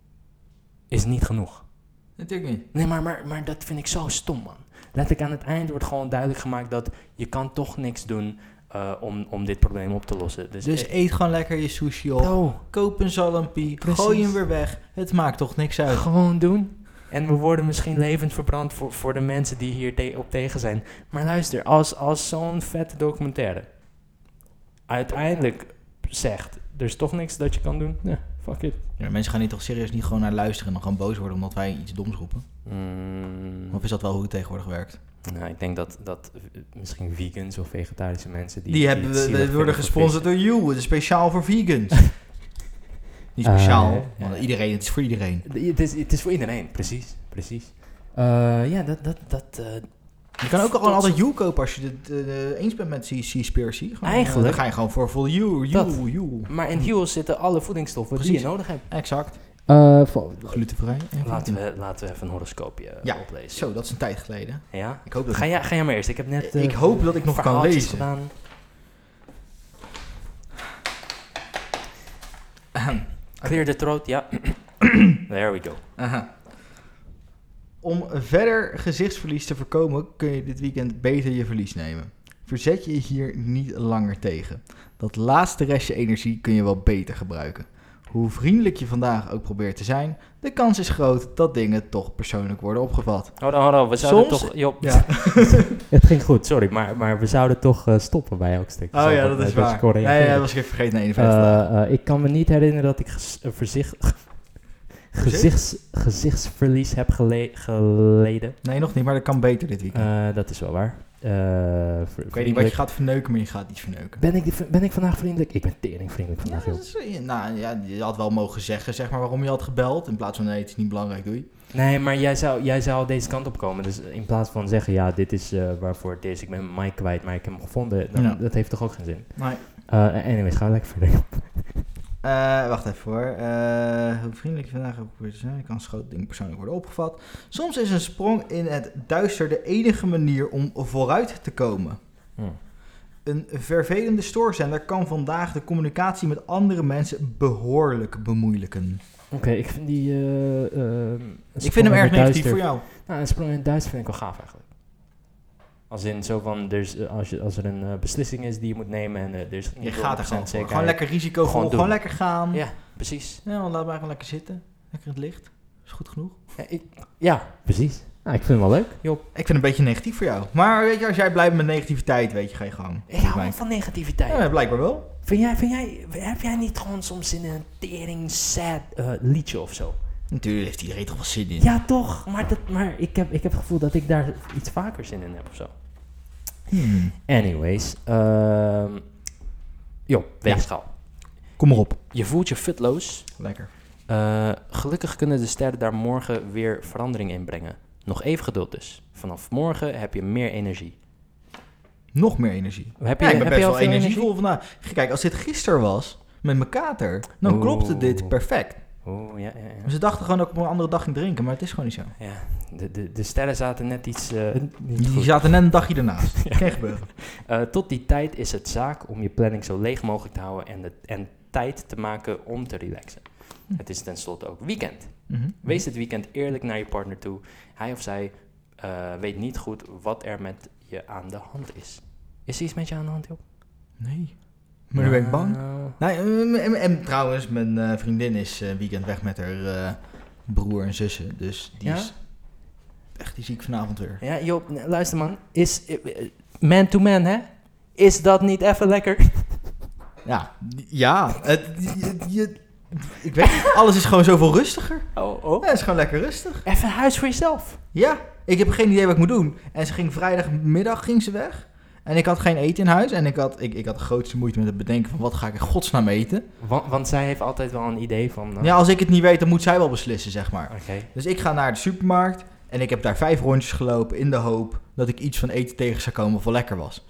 is niet genoeg. Natuurlijk niet. Nee, maar, maar, maar dat vind ik zo stom, man. Letterlijk aan het eind wordt gewoon duidelijk gemaakt dat je kan toch niks doen uh, om, om dit probleem op te lossen. Dus, Dus eh, eet gewoon lekker je sushi op. Oh, Koop een zalmpie. Precies. Gooi hem weer weg. Het maakt toch niks uit. gewoon doen. En we worden misschien levend verbrand voor, voor de mensen die hier te- op tegen zijn. Maar luister, als, als zo'n vette documentaire uiteindelijk zegt, er is toch niks dat je kan doen. Nee, fuck it. Ja, mensen gaan hier toch serieus niet gewoon naar luisteren en dan gewoon boos worden omdat wij iets doms roepen? Mm, Of is dat wel hoe het tegenwoordig werkt? nou, ik denk dat, dat uh, misschien vegans of vegetarische mensen... Die, Die, hebben het we, zielig we vinden worden voor gesponsord vis. door You. Het is speciaal voor vegans. Niet speciaal, Uh, want ja. iedereen, het is voor iedereen. Het is, het is voor iedereen, precies. precies. Uh, ja, dat... dat, dat uh, Je kan ook gewoon tot- altijd You kopen als je het uh, eens bent met Seaspiracy. Gewoon, Eigenlijk. Uh, dan ga je gewoon voor vol You, Dat. You, You. Maar in Huel zitten alle voedingsstoffen die Precies. je nodig hebt. Exact. Uh, vol- Glutenvrij. en laten, vegan. we, laten we even een horoscoopje Ja, oplezen. Zo, dat is een tijd geleden. Ja? Ik hoop dat Ga, jij, ga jij maar eerst. Ik heb net uh, Ik hoop dat ik nog kan verhaaltjes lezen. gedaan. Clear the throat, ja. There we go. Aha. Om verder gezichtsverlies te voorkomen kun je dit weekend beter je verlies nemen. Verzet je hier niet langer tegen. Dat laatste restje energie kun je wel beter gebruiken. Hoe vriendelijk je vandaag ook probeert te zijn, de kans is groot dat dingen toch persoonlijk worden opgevat. Hold on, hold on. We zouden Soms- toch... Job, Ja. het ging goed, sorry. Maar, maar we zouden toch uh, stoppen bij elk stuk. Oh ja, dat is waar. Ja, ja, dat was ik even vergeten. Nee, eenenvijftig Uh, uh, ik kan me niet herinneren dat ik ges- uh, verzicht, gezichts, gezichtsverlies heb gele- geleden. Nee, nog niet, maar dat kan beter dit weekend. Uh, dat is wel waar. Uh, ver- ik weet niet wat vriendelijk. je gaat verneuken, maar je gaat iets verneuken. Ben ik, ben ik vandaag vriendelijk? Ik ben tering vriendelijk Ja, vandaag, dat joh. is, nou, ja, je had wel mogen zeggen zeg maar, waarom je had gebeld. In plaats van nee, het is niet belangrijk, doei. Nee, maar jij zou, jij zou deze kant op komen. Dus in plaats van zeggen, ja, dit is uh, waarvoor het is. Ik ben Mike kwijt, maar ik heb hem gevonden. Dan, Ja. Dat heeft toch ook geen zin? Nee. Uh, anyways, gaan we lekker verder. Uh, wacht even hoor. Uh, hoe vriendelijk je vandaag ook weer te zijn. Je kan schoot ding persoonlijk worden opgevat. Soms is een sprong in het duister de enige manier om vooruit te komen. Hmm. Een vervelende stoorzender kan vandaag de communicatie met andere mensen behoorlijk bemoeilijken. Oké, okay, ik vind die... Uh, uh, ik vind hem erg negatief voor jou. Nou, een sprong in het duister vind ik wel gaaf eigenlijk. Als in zo van, dus, uh, als, je, als er een uh, beslissing is die je moet nemen en uh, er is je gaat er gewoon voor. Gewoon Gewoon lekker risico gewoon, gewoon lekker gaan. Ja, precies. Ja, dan laat maar gewoon lekker zitten. Lekker in het licht. Is goed genoeg. Ja, ik, ja precies. Nou, ik vind het wel leuk. Job. Ik vind het een beetje negatief voor jou. Maar weet je, als jij blij bent met negativiteit, weet je, ga je gang. Ik hou wel van negativiteit. Ja, blijkbaar wel. Vind jij, vind jij, heb jij niet gewoon soms in een tering sad uh, liedje of zo? Natuurlijk heeft iedereen toch wel zin in. Ja, toch. Maar, dat, maar ik, heb, ik heb het gevoel dat ik daar iets vaker zin in heb of zo. Hmm. Anyways. Um, jo, weegschaal. Ja. Kom maar op. Je voelt je futloos. Lekker. Uh, gelukkig kunnen de sterren daar morgen weer verandering in brengen. Nog even geduld dus. Vanaf morgen heb je meer energie. Nog meer energie. Heb je, ja, ik ben heb best je wel energievol energie? vandaag. Kijk, als dit gisteren was, met mijn kater, dan Oeh. klopte dit perfect. Oeh, ja, ja, ja. Ze dachten gewoon dat ik op een andere dag ging drinken, maar het is gewoon niet zo. Ja, de, de, de sterren zaten net iets... Uh, niet Die goed. zaten net een dagje ernaast. Ja. Kan gebeuren. Uh, tot die tijd is het zaak om je planning zo leeg mogelijk te houden en, de, en tijd te maken om te relaxen. Hm. Het is tenslotte ook weekend. Mm-hmm. Wees het weekend eerlijk naar je partner toe. Hij of zij uh, weet niet goed wat er met je aan de hand is. Is er iets met je aan de hand, joh? Nee. Maar nu ben ik bang. Uh, Nee, en, en, en trouwens, mijn uh, vriendin is uh, weekend weg met haar uh, broer en zussen. Dus die ja? is echt die ziek vanavond weer. Ja, Joop, luister man. Is uh, man to man, hè? Is dat niet even lekker? Ja, ja. Het, je, je, ik weet niet, alles is gewoon zoveel rustiger. Oh, oh. Ja, het is gewoon lekker rustig. Even huis voor jezelf. Ja, ik heb geen idee wat ik moet doen. En ze ging vrijdagmiddag ging ze weg. En ik had geen eten in huis. En ik had, ik, ik had de grootste moeite met het bedenken van wat ga ik in godsnaam eten. Want, want zij heeft altijd wel een idee van... Uh... Ja, als ik het niet weet, dan moet zij wel beslissen, zeg maar. Okay. Dus ik ga naar de supermarkt. En ik heb daar vijf rondjes gelopen in de hoop dat ik iets van eten tegen zou komen wat wel lekker was.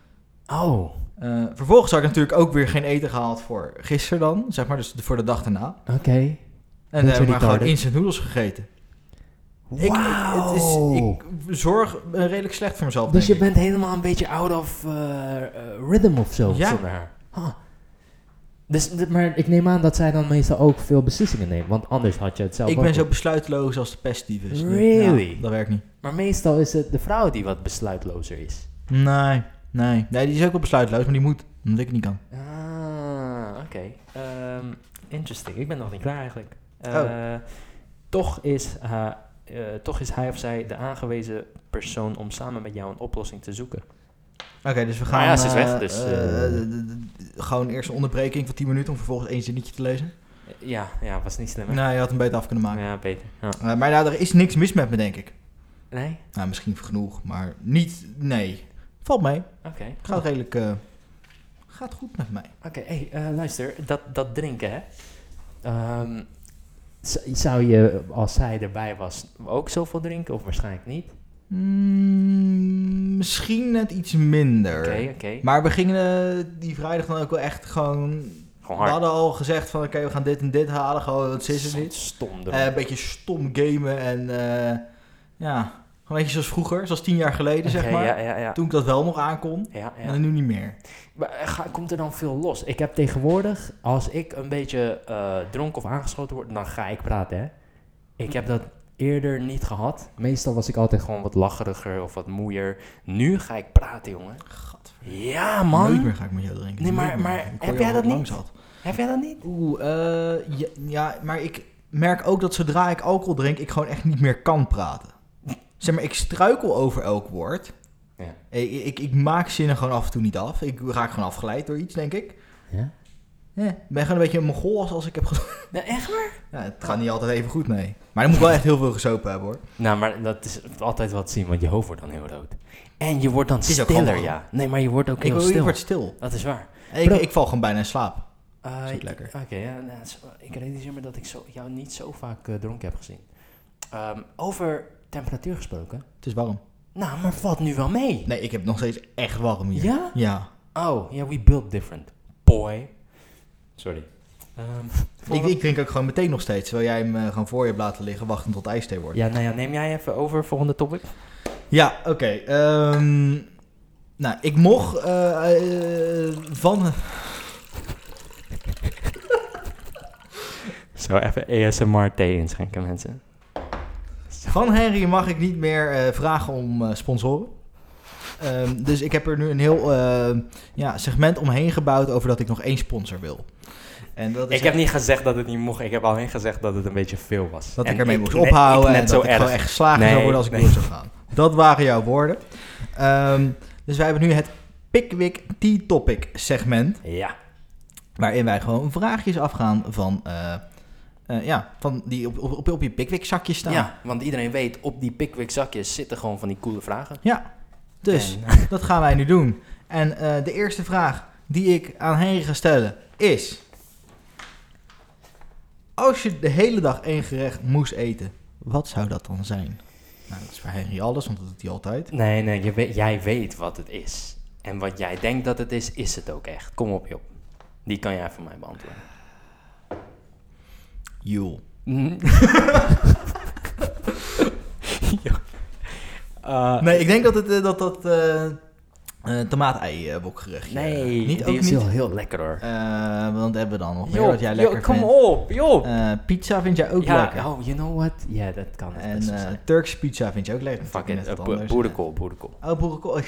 Oh. Uh, vervolgens had ik natuurlijk ook weer geen eten gehaald voor gisteren dan. Zeg maar, dus voor de dag daarna. Oké. Okay. En dan heb ik maar gewoon instant noodles gegeten. Wow. Ik, het is, ik zorg redelijk slecht voor mezelf. Dus je ik. bent helemaal een beetje out of uh, uh, rhythm of zo. Ja. Zonder haar. Huh. Dus, maar ik neem aan dat zij dan meestal ook veel beslissingen neemt. Want anders had je het zelf Ik ook ben zo op. besluiteloos als de pestdiefus. Really? Ja, dat werkt niet. Maar meestal is het de vrouw die wat besluitlozer is. Nee, nee. Nee, die is ook wel besluitloos, maar die moet. Omdat ik het niet kan. Ah, oké. Okay. Um, interesting. Ik ben nog niet klaar eigenlijk. Uh, oh. Toch is... Uh, Uh, toch is hij of zij de aangewezen persoon om samen met jou een oplossing te zoeken. Oké, okay, dus we gaan... Ah, ja, ze is weg, dus... Uh, uh, uh, uh, gewoon eerst een onderbreking van tien minuten om vervolgens één zinnetje te lezen. Ja, ja, was niet slim. Hè? Nou, je had hem beter af kunnen maken. Ja, beter. Ja. Uh, maar nou, er is niks mis met me, denk ik. Nee? Nou, misschien genoeg, maar niet... Nee. Valt mee. Oké. Okay. Gaat redelijk... Uh, gaat goed met mij. Oké, okay, hey, uh, luister. Dat, dat drinken, hè. Um, Zou je, als zij erbij was, ook zoveel drinken of waarschijnlijk niet? Mm, misschien net iets minder. Oké, okay, oké. Okay. Maar we gingen uh, die vrijdag dan ook wel echt gewoon... gewoon we hadden al gezegd van oké, okay, we gaan dit en dit halen. Gewoon, dat is het niet. Stom uh, Een beetje stom gamen en uh, ja... Gewoon een beetje zoals vroeger, zoals tien jaar geleden, okay, zeg maar. Ja, ja, ja. Toen ik dat wel nog aankon. Ja, ja. En nu niet meer. Maar ga, komt er dan veel los? Ik heb tegenwoordig, als ik een beetje uh, dronken of aangeschoten word, dan ga ik praten, hè. Ik heb dat eerder niet gehad. Meestal was ik altijd gewoon wat lacheriger of wat moeier. Nu ga ik praten, jongen. Gadver. Ja, man. Nooit meer ga ik met jou drinken. Nee, maar, maar heb jij dat niet? Had. Heb jij dat niet? Oeh, uh, ja, ja, maar ik merk ook dat zodra ik alcohol drink, ik gewoon echt niet meer kan praten. Zeg maar, ik struikel over elk woord. Ja. Ik, ik, ik maak zinnen gewoon af en toe niet af. Ik raak gewoon afgeleid door iets, denk ik. Ja? Ja, ik ben gewoon een beetje een mongool als, als ik heb gedaan. Ja, echt waar? Ja, het gaat niet altijd even goed, nee. Maar dan moet wel echt heel veel gesopen hebben, hoor. Nou, maar dat is altijd wat zien, want je hoofd wordt dan heel rood. En je wordt dan stiller, ja. Nee, maar je wordt ook ik, heel ik stil. Ik word stil. Dat is waar. Ik, ik val gewoon bijna in slaap. Uh, dat is lekker. Oké, okay, ja, nou, ik realiseer me dat ik zo, jou niet zo vaak uh, dronken heb gezien. Um, over temperatuur gesproken. Het is warm. Nou, maar valt nu wel mee. Nee, ik heb nog steeds echt warm hier. Ja? Ja. Oh, ja, yeah, we built different. Boy. Sorry. Um, ik, ik drink ook gewoon meteen nog steeds, terwijl jij hem uh, gewoon voor je hebt laten liggen, wachten tot ijsthee wordt. Ja, nou ja, neem jij even over, volgende topic. Ja, oké. Okay, um, nou, ik mocht uh, uh, van... Zo, even A S M R thee inschenken, mensen. Van Henry mag ik niet meer uh, vragen om uh, sponsoren. Um, dus ik heb er nu een heel uh, ja, segment omheen gebouwd over dat ik nog één sponsor wil. En dat is ik heb niet gezegd dat het niet mocht. Ik heb alleen gezegd dat het een beetje veel was. Dat en ik ermee ik, moest ophouden ik en dat ik erg. gewoon echt geslagen nee, zou worden als ik nee. door zou gaan. Dat waren jouw woorden. Um, dus wij hebben nu het Pickwick T-Topic segment. Ja. Waarin wij gewoon vraagjes afgaan van... Uh, Uh, ja, van die op, op, op je Pickwick zakjes staan. Ja, want iedereen weet, op die Pickwick zakjes zitten gewoon van die coole vragen. Ja, dus en, dat gaan wij nu doen. En uh, de eerste vraag die ik aan Henry ga stellen is... Als je de hele dag één gerecht moest eten, wat zou dat dan zijn? Nou, dat is voor Henry alles, want dat doet hij altijd. Nee, nee, je weet, jij weet wat het is. En wat jij denkt dat het is, is het ook echt. Kom op, Job. Die kan jij voor mij beantwoorden. Joel. Mm. uh, nee, ik denk dat het, uh, dat, dat uh, Uh, tomaat-ei wokgerechtje. Nee, niet, die ook is niet. heel, heel lekker hoor. Uh, wat hebben we dan nog? Job, meer wat jij lekker Job, kom vindt? op, joh. Uh, pizza vind jij ook ja, lekker. Oh, you know what? Ja, yeah, dat kan. En uh, Turkse pizza vind je ook lekker. Fuck it, uh, bo- boerenkool, boerenkool. Oh, boerenkool.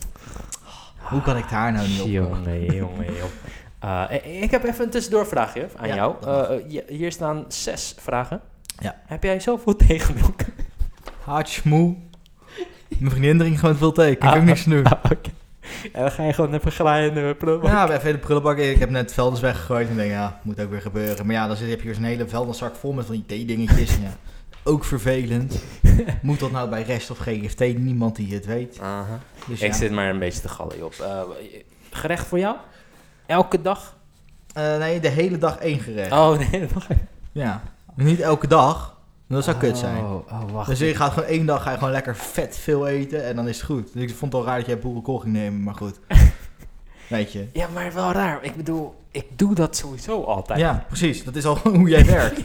Hoe kan ik daar nou niet op? Jongen, jongen, joh. Uh, ik heb even een tussendoorvraagje aan ja, jou. Uh, hier staan zes vragen. Ja. Heb jij zoveel tegenmilk? Hartje moe. Mijn vriendin drinkt gewoon veel thee. Kan ik ah, ook niks doen. Ah, Oké. Okay. En dan ga je gewoon even graaien in de prullenbak. Ja, even in de prullenbak. Ik heb net velders weggegooid en denk, ja, moet ook weer gebeuren. Maar ja, dan heb je weer zo'n hele veldenszak vol met van die theedingetjes. Ja. Ook vervelend. Moet dat nou bij rest of G F T? Niemand die het weet. Uh-huh. Dus ik ja. zit maar een beetje te gallen op. Uh, gerecht voor jou? Elke dag? Uh, nee, de hele dag één gerecht. Oh, de hele dag één. Ja, niet elke dag. Dat zou oh, kut zijn. Oh, wacht. Dus je gaat gewoon één dag ga je gewoon lekker vet veel eten en dan is het goed. Dus ik vond het al raar dat jij boerenkool ging nemen, maar goed. Weet je. Ja, maar wel raar. Ik bedoel, ik doe dat sowieso altijd. Ja, precies. Dat is al hoe jij werkt.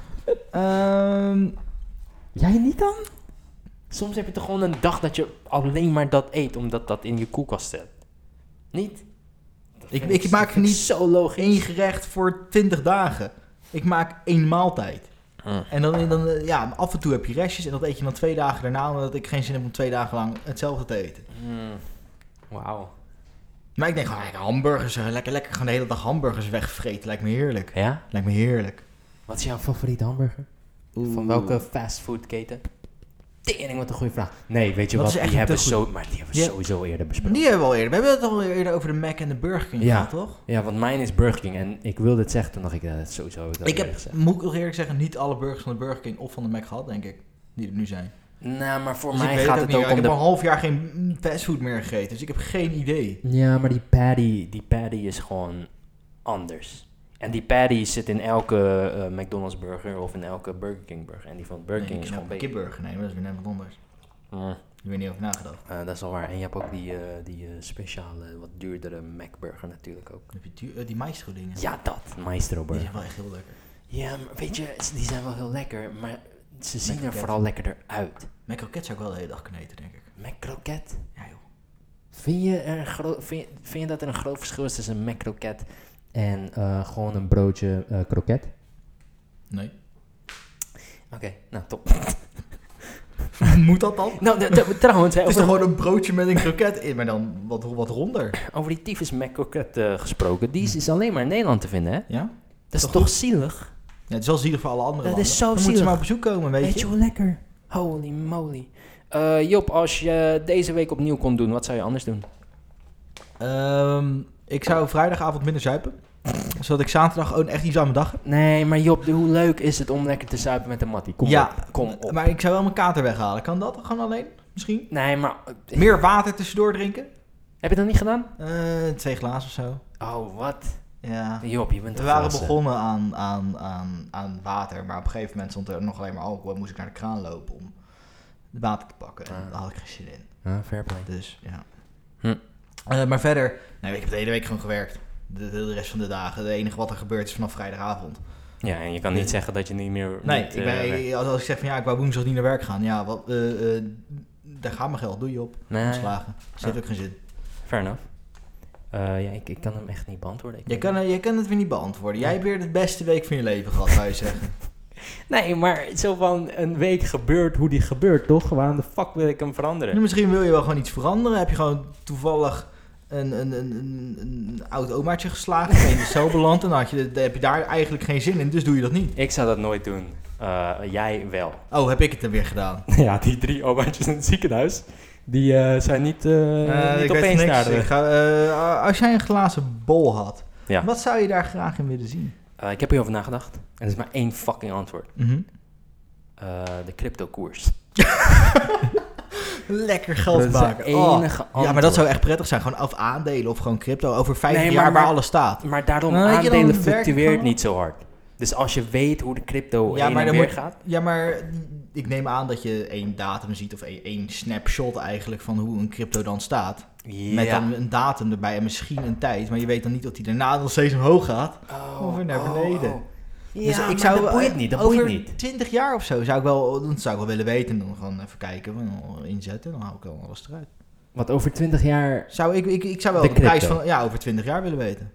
ja. um, jij niet dan? Soms heb je toch gewoon een dag dat je alleen maar dat eet, omdat dat in je koelkast zit. Niet? Ik, ik, ik maak niet zo logisch. één gerecht voor twintig dagen. Ik maak één maaltijd. Mm. En dan, dan, ja, af en toe heb je restjes en dat eet je dan twee dagen daarna, omdat ik geen zin heb om twee dagen lang hetzelfde te eten. Mm. Wauw. Maar ik denk gewoon, lekker hamburgers, lekker, lekker gewoon de hele dag hamburgers wegvreten, lijkt me heerlijk. Ja? Lijkt me heerlijk. Wat is jouw favoriete hamburger? Oeh. Van welke fastfoodketen? Tering, wat een goede vraag. Nee, weet je dat wat, die hebben, zo, maar die hebben we ja. sowieso eerder besproken. Die hebben we al eerder. We hebben het al eerder over de Mac en de Burger King ja. gehad, toch? Ja, want mijn is Burger King en ik wilde het zeggen, toen dacht ik, uh, sowieso dat ik heb, gezegd. moet ik nog eerlijk zeggen, niet alle burgers van de Burger King of van de Mac gehad, denk ik, die er nu zijn. Nou, maar voor dus mij gaat het ook, ook om Ik heb de... al een half jaar geen fastfood meer gegeten, dus ik heb geen idee. Ja, maar die patty, die patty is gewoon anders. En die patty zit in elke uh, McDonald's burger of in elke Burger King burger. En die van Burger nee, King is gewoon beter. Ik heb een kipburger nemen, dat is weer net wat anders. Mm. Daar heb je niet over nagedacht. Uh, dat is wel waar. En je hebt ook die, uh, die uh, speciale, wat duurdere Macburger natuurlijk ook. Heb je duur, uh, die Maestro dingen? Ja, dat. Maestro burger. Die zijn wel echt heel lekker. Ja, maar weet je, die zijn wel heel lekker, maar ze zien er vooral lekkerder uit. Macroket zou ik wel de hele dag kunnen eten, denk ik. Macroket? Ja, joh. Vind je, er een gro- vind, je, vind je dat er een groot verschil is tussen een Macroket en uh, gewoon een broodje uh, kroket? Nee. Oké, okay, nou top. Moet dat dan? Nou, de, de, trouwens... Het is toch gewoon een broodje met een kroket in, maar dan wat, wat ronder. Over die tyfus Macroket uh, gesproken, die is, is alleen maar in Nederland te vinden, hè? Ja? Dat is toch, toch zielig? Ja, het is wel zielig voor alle andere dat landen. Is zo dan zielig. moeten ze maar op bezoek komen, weet, weet je. je hoe lekker? Holy moly. Uh, Job, als je deze week opnieuw kon doen, wat zou je anders doen? Um, ik zou vrijdagavond minder zuipen. Zodat ik zaterdag gewoon echt iets aan mijn dag heb. Nee, maar Job, hoe leuk is het om lekker te zuipen met de mattie? Kom ja, op, kom op. Maar ik zou wel mijn kater weghalen. Kan dat gewoon alleen? Misschien? Nee, maar... Meer water tussendoor drinken? Heb je dat niet gedaan? Uh, twee glazen of zo. Oh, wat? Ja. Job, je bent We waren glazen. begonnen aan, aan, aan, aan water, maar op een gegeven moment stond er nog alleen maar alcohol en moest ik naar de kraan lopen om het water te pakken. En ah. daar had ik geen zin in. Ah, fair play. Dus, ja. Hm. Uh, maar verder, nee, ik heb de hele week gewoon gewerkt. De, de, de rest van de dagen. Het enige wat er gebeurt is vanaf vrijdagavond. Ja, en je kan niet uh, zeggen dat je niet meer... Nee, niet, ik ben, uh, als, als ik zeg van ja, ik wou woensdag niet naar werk gaan. Ja, wat, uh, uh, daar gaat mijn geld. Doe je op. Nee. Ontslagen. Zit uh, ook geen zin. Fair enough. Uh, ja, ik, ik kan hem echt niet beantwoorden. Je kan, uh, je kan het weer niet beantwoorden. Jij hebt weer de beste week van je leven gehad, zou je zeggen. Nee, maar zo van een week gebeurt hoe die gebeurt, toch? Waarom de fuck wil ik hem veranderen? Ja, misschien wil je wel gewoon iets veranderen. Heb je gewoon toevallig een, een, een, een, een oud omaatje geslagen, ben je in de cel beland en dan, had je, dan heb je daar eigenlijk geen zin in, dus doe je dat niet. Ik zou dat nooit doen. Uh, jij wel. Oh, heb ik het dan weer gedaan? Ja, die drie omaatjes in het ziekenhuis, die uh, zijn niet, uh, uh, niet opeens daar. Ik ga, uh, als jij een glazen bol had, ja. Wat zou je daar graag in willen zien? Uh, ik heb hierover nagedacht. En er is maar één fucking antwoord. Mm-hmm. Uh, de crypto-koers. Lekker geld dat maken. Is oh. enige ja, maar dat zou echt prettig zijn. Gewoon of aandelen of gewoon crypto. Over vijf nee, jaar maar, waar alles staat. Maar daarom, nou, aandelen fluctueert niet zo hard. Dus als je weet hoe de crypto ja, heen en weer moet, gaat... Ja, maar ik neem aan dat je één datum ziet of één, één snapshot eigenlijk van hoe een crypto dan staat. Ja. Met dan een datum erbij en misschien een tijd. Maar je weet dan niet of die daarna nog steeds omhoog gaat. Oh, of weer naar beneden. Oh, oh. Ja, dus maar ik zou, dat boeit niet, dat over boeit niet. twintig jaar of zo zou ik wel, dat zou ik wel willen weten. En dan gewoon even kijken, dan inzetten. Dan hou ik wel alles eruit. Wat over twintig jaar... Zou ik, ik, ik zou wel de, de, de prijs crypto. van ja, over twintig jaar willen weten.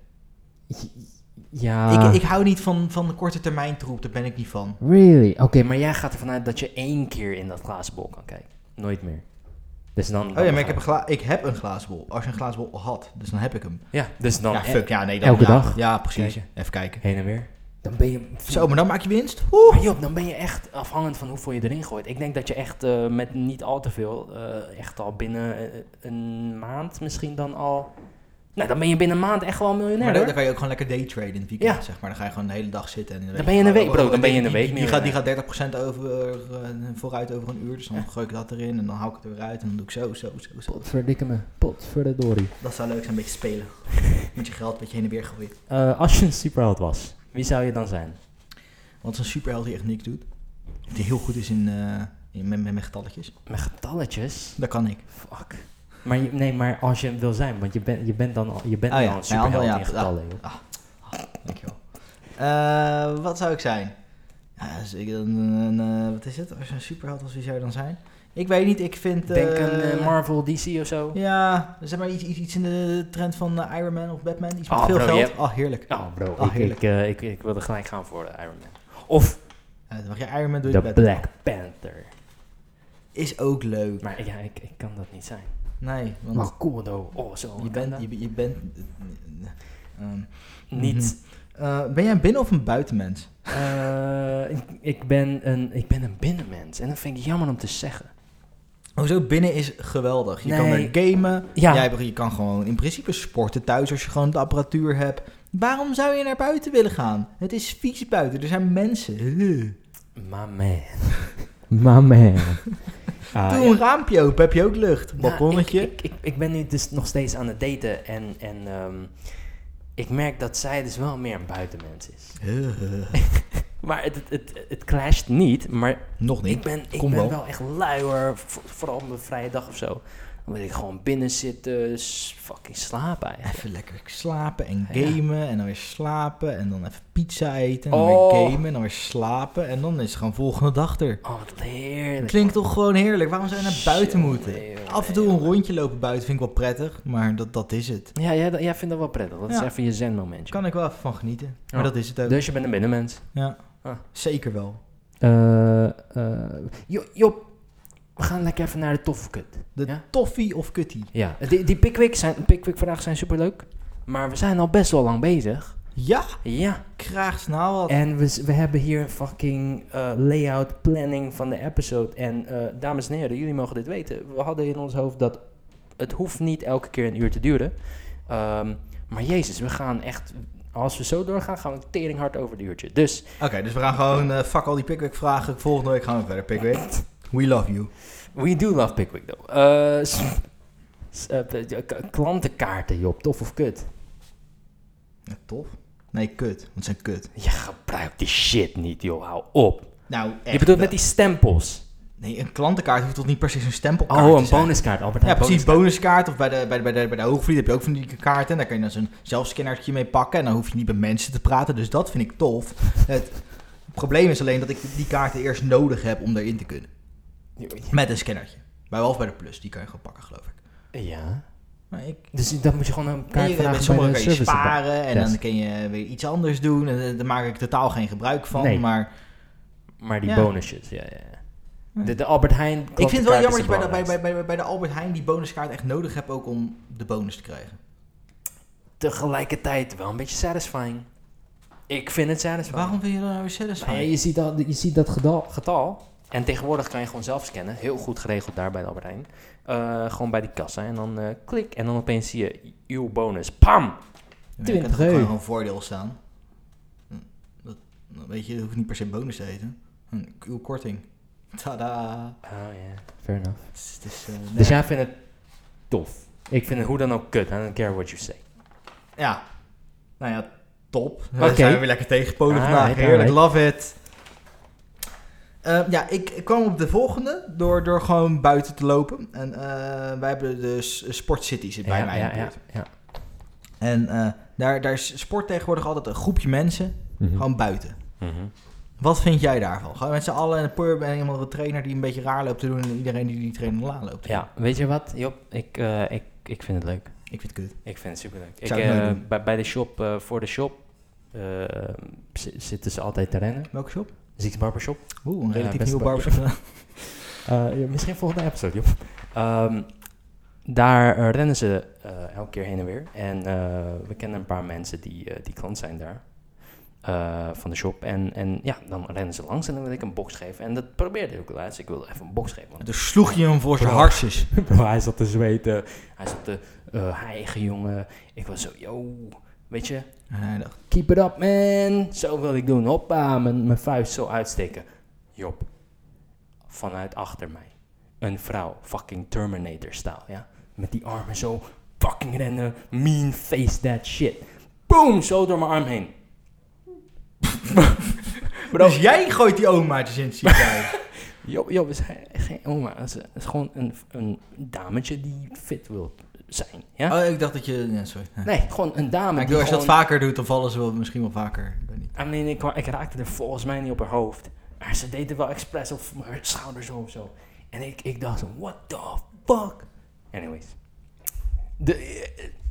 Ja. Ik, ik hou niet van, van de korte termijn troep, daar ben ik niet van. Really? Oké, okay, maar jij gaat ervan uit dat je één keer in dat glazen bol kan kijken. Nooit meer. Dus dan, dan oh ja, maar ik heb, een gla- ik heb een glazen bol. Als je een glazen bol had, dus dan heb ik hem. Ja, dus dan... Ja, fuck, ja, nee. Dan, elke ja, dag? Ja, precies. Kijken. Even kijken. Heen en weer. Dan ben je... Zo, maar dan maak je winst. Oeh. Maar Job, dan ben je echt afhankelijk van hoeveel je erin gooit. Ik denk dat je echt uh, met niet al te veel, uh, echt al binnen uh, een maand misschien dan al... Nou, dan ben je binnen een maand echt wel een miljonair. Maar dan, dan kan je ook gewoon lekker daytraden in het weekend, ja. zeg maar. Dan ga je gewoon de hele dag zitten. En dan, dan dan ben je in een week, bro. Dan ben je in een week Die, die, gaat, die gaat dertig procent over, uh, vooruit over een uur. Dus dan ja. gooi ik dat erin en dan hou ik het er weer uit. En dan doe ik zo, zo, zo, zo. Potverdikke me. Potverdorie. Dat zou leuk zijn, een beetje spelen. Met je geld, een beetje heen en weer gooien. Uh, als je een superheld was, wie zou je dan zijn? Wat is een superheld die echt niks doet? Die heel goed is in, uh, in met, met, met getalletjes. Met getalletjes? Dat kan ik. Fuck. Maar je, nee, maar als je wil zijn, want je, ben, je bent dan al, je bent oh, al ja. een superheld ja, in getallen. Ah, ah, ah, dankjewel. Uh, wat zou ik zijn? Ja, dus ik, een, een, een, wat is het? Als je een superheld was, wie zou je dan zijn? Ik weet niet, ik vind... Uh, Denk een uh, Marvel, D C of zo? Ja, zeg maar iets, iets in de trend van uh, Iron Man of Batman. Iets met oh, veel bro, geld. Hebt... Oh, heerlijk. Oh, bro. Oh, ik, heerlijk. Ik, uh, ik, ik wilde gelijk gaan voor Iron Man. Of... Uh, dan mag je Iron Man doen. De Black Panther. Is ook leuk. Maar ja, ik, ik kan dat niet zijn. Nee, want... Maar cool, though. Oh, zo. Je bent... Je, je bent um, niet... Uh, ben jij een binnen- of een buitenmens? Uh, ik, ik, ben een, ik ben een binnenmens. En dat vind ik jammer om te zeggen. Hoezo? Binnen is geweldig. Je nee. kan er gamen. Ja. Jij, je kan gewoon in principe sporten thuis als je gewoon de apparatuur hebt. Waarom zou je naar buiten willen gaan? Het is vies buiten. Er zijn mensen. My man. My man. Ah, Doe een ja. raampje open. Heb je ook lucht? Balkonnetje. Nou, ik, ik, ik, ik ben nu dus nog steeds aan het daten. En... en um, ik merk dat zij dus wel meer een buitenmens is. Maar het, het, het, het clasht niet, maar... Nog niet. Ik ben, ik ben wel echt luier, vooral op een vrije dag of zo. Dan wil ik gewoon binnen zitten, fucking slapen eigenlijk. Even lekker slapen en gamen ja. en dan weer slapen en dan even pizza eten en oh. dan weer gamen en dan weer slapen. En dan is het gewoon volgende dag er. Oh, wat heerlijk. Klinkt toch gewoon heerlijk. Waarom zou je naar buiten Chill, moeten? Nee, Af en toe een rondje lopen buiten vind ik wel prettig, maar dat, dat is het. Ja, jij, jij vindt dat wel prettig. Dat ja. is even je zen momentje. Kan ik wel even van genieten, maar oh. dat is het ook. Dus je bent een binnenmens? Ja, ah. zeker wel. Uh, uh, jo, Job, we gaan lekker even naar de toffe kut. De ja? toffie of kuttie? Ja, die, die Pickwick zijn, Pickwick-vragen zijn superleuk, maar we zijn al best wel lang bezig. Ja? Ja. Graag snel wat. En we, we hebben hier een fucking uh, layout, planning van de episode. En uh, dames en heren, jullie mogen dit weten. We hadden in ons hoofd dat het hoeft niet elke keer een uur te duren. Um, maar jezus, we gaan echt... Als we zo doorgaan, gaan we tering hard over het uurtje. Dus... Oké, okay, dus we gaan gewoon... Uh, fuck al die Pickwick vragen. Volgende week gaan we verder, Pickwick. We love you. We do love Pickwick, though. Uh, s- s- uh, k- klantenkaarten, Job. Tof of kut? Ja, tof? Nee, kut. Want het zijn kut. Je gebruikt die shit niet, joh. Hou op. Nou, echt. Je bedoelt met die stempels? Nee, een klantenkaart hoeft toch niet precies een stempelkaart oh, te een zijn? bonuskaart. Albert ja, precies. Bonuskaart. Of bij de, bij de, bij de, bij de Hoogvliet heb je ook van die kaarten. Daar kan je dan zo'n zelfscannertje mee pakken. En dan hoef je niet met mensen te praten. Dus dat vind ik tof. Het probleem is alleen dat ik die kaarten eerst nodig heb om erin te kunnen. Met een scannertje. Behalve bij de Plus. Die kan je gewoon pakken, geloof ik. Ja. Maar ik... Dus dan moet je gewoon een kaart je, vragen met sommige bij de kan je service sparen. En yes. dan kun je weer iets anders doen. En daar maak ik totaal geen gebruik van. Nee. Maar, maar die ja. bonusjes, ja, ja. De, de Albert Heijn... Ik vind het wel jammer dat je bij de, bij, bij, bij, bij de Albert Heijn die bonuskaart echt nodig hebt ook om de bonus te krijgen. Tegelijkertijd wel een beetje satisfying. Ik vind het satisfying. Waarom vind je dat nou weer satisfying? Nou ja, je ziet dat, je ziet dat getal, getal. En tegenwoordig kan je gewoon zelf scannen. Heel goed geregeld daar bij de Albert Heijn. Uh, gewoon bij die kassa. En dan uh, klik. En dan opeens zie je uw bonus. Pam! Ja, je kan gewoon een voordeel staan. Dat, weet je, dat hoeft niet per se bonus te heten. Een uw korting. Tada! Oh ja, yeah. Fair enough. Dus, dus, uh, dus jij vindt het tof? Ik vind het hoe dan ook kut. I don't care what you say. Ja. Nou ja, top. Oké. Okay. Zijn we weer lekker tegenpolen ah, vandaag. Heerlijk, right. Love it. Uh, ja, ik, ik kwam op de volgende door, door gewoon buiten te lopen. En uh, wij hebben de Sport City zit bij ja, mij ja, in de buurt. Ja, ja. En uh, daar, daar is sport tegenwoordig altijd een groepje mensen. Mm-hmm. Gewoon buiten. Mm-hmm. Wat vind jij daarvan? Gaan we met z'n allen in een pub en iemand een trainer die een beetje raar loopt te doen en iedereen die die trainer la loopt? Ja, weet je wat, Job? Ik, uh, ik, ik vind het leuk. Ik vind het kut. Ik vind het superleuk. Ik ik, uh, bij, bij de shop, uh, voor de shop, uh, z- zitten ze altijd te rennen. Welke shop? Ziek's Barbershop. Oeh, een relatief uh, nieuwe barbershop. uh, ja, misschien volgende episode, Job. Um, daar uh, rennen ze uh, elke keer heen en weer. En uh, we kennen een paar mensen die, uh, die klant zijn daar. Uh, van de shop. En, en ja, dan rennen ze langs en dan wil ik een box geven. En dat probeerde ik ook laatst. Ik wilde even een box geven. Want Dus sloeg je hem voor zijn harsjes. Bro, hij zat te zweten. Hij zat te uh, hijgen, jongen. Ik was zo, yo, weet je. En dacht, keep it up, man. Zo wil ik doen. Hoppa, mijn, mijn vuist zo uitsteken. Job, vanuit achter mij. Een vrouw, fucking Terminator-style, ja. Met die armen zo, fucking rennen. Mean face that shit. Boom, zo door mijn arm heen. Bro, dus jij gooit die omaatjes in het ziekenhuis. Job, Job is geen oma. Het is, het is gewoon een, een dametje die fit wil zijn. Ja? Oh, ik dacht dat je... Ja, sorry. Ja. Nee, gewoon een dame. Maar ik die wil, als je gewoon, dat vaker doet, dan vallen ze wel, misschien wel vaker. Ik weet niet. I mean, ik, ik raakte er volgens mij niet op haar hoofd. Maar ze deed er wel expres op haar schouders of zo. En ik, ik dacht zo, what the fuck? Anyways. De...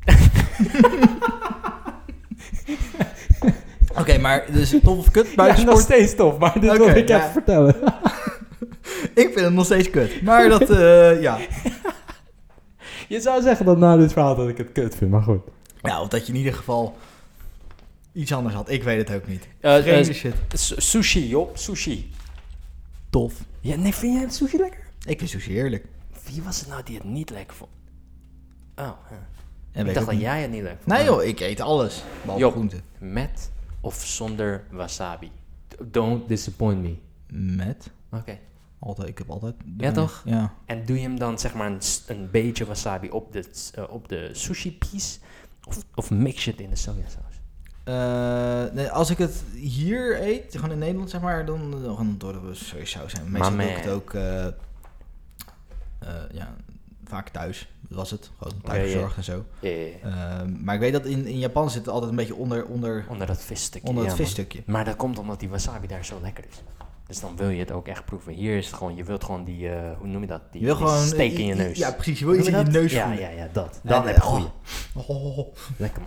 Oké, okay, maar dus tof of kut? Ja, nog steeds tof, maar dit okay, wil ik ja. even vertellen. Ik vind het nog steeds kut. Maar dat, uh, ja. Je zou zeggen dat na dit verhaal dat ik het kut vind, maar goed. Ja, of dat je in ieder geval iets anders had. Ik weet het ook niet. Uh, Vreemde uh, shit. Sushi, Job. Sushi. Tof. Ja, nee, vind jij het sushi lekker? Ik vind sushi heerlijk. Wie was het nou die het niet lekker vond? Oh, ja. Ja, ik dacht dat jij het niet lekker vond. Nee joh, ik eet alles. Behalve groenten. Met of zonder wasabi? Don't disappoint me. Met? Oké. Okay. Altijd, ik heb altijd... Ja toch? Ja. En doe je hem dan zeg maar een, een beetje wasabi op de, uh, op de sushi piece? Of, of mix je het in de sojasaus? Uh, nee, als ik het hier eet, gewoon in Nederland zeg maar, dan gewoon door de sojasaus. En meestal doe ik het ook uh, uh, ja, vaak thuis. Dat was het. Gewoon thuisbezorgd en zo. Ja, ja, ja. Uh, maar ik weet dat in, in Japan zit het altijd een beetje onder... Onder, onder dat visstukje. Onder het ja, visstukje. Maar dat komt omdat die wasabi daar zo lekker is. Dus dan wil je het ook echt proeven. Hier is het gewoon, je wilt gewoon die, uh, hoe noem je dat? Die, je wil die gewoon, steek in je neus. Ja, precies. Je wil iets in je neus ja, voelen. Ja, ja, dat. Dan ja, heb je goeie. Oh. Oh. Lekker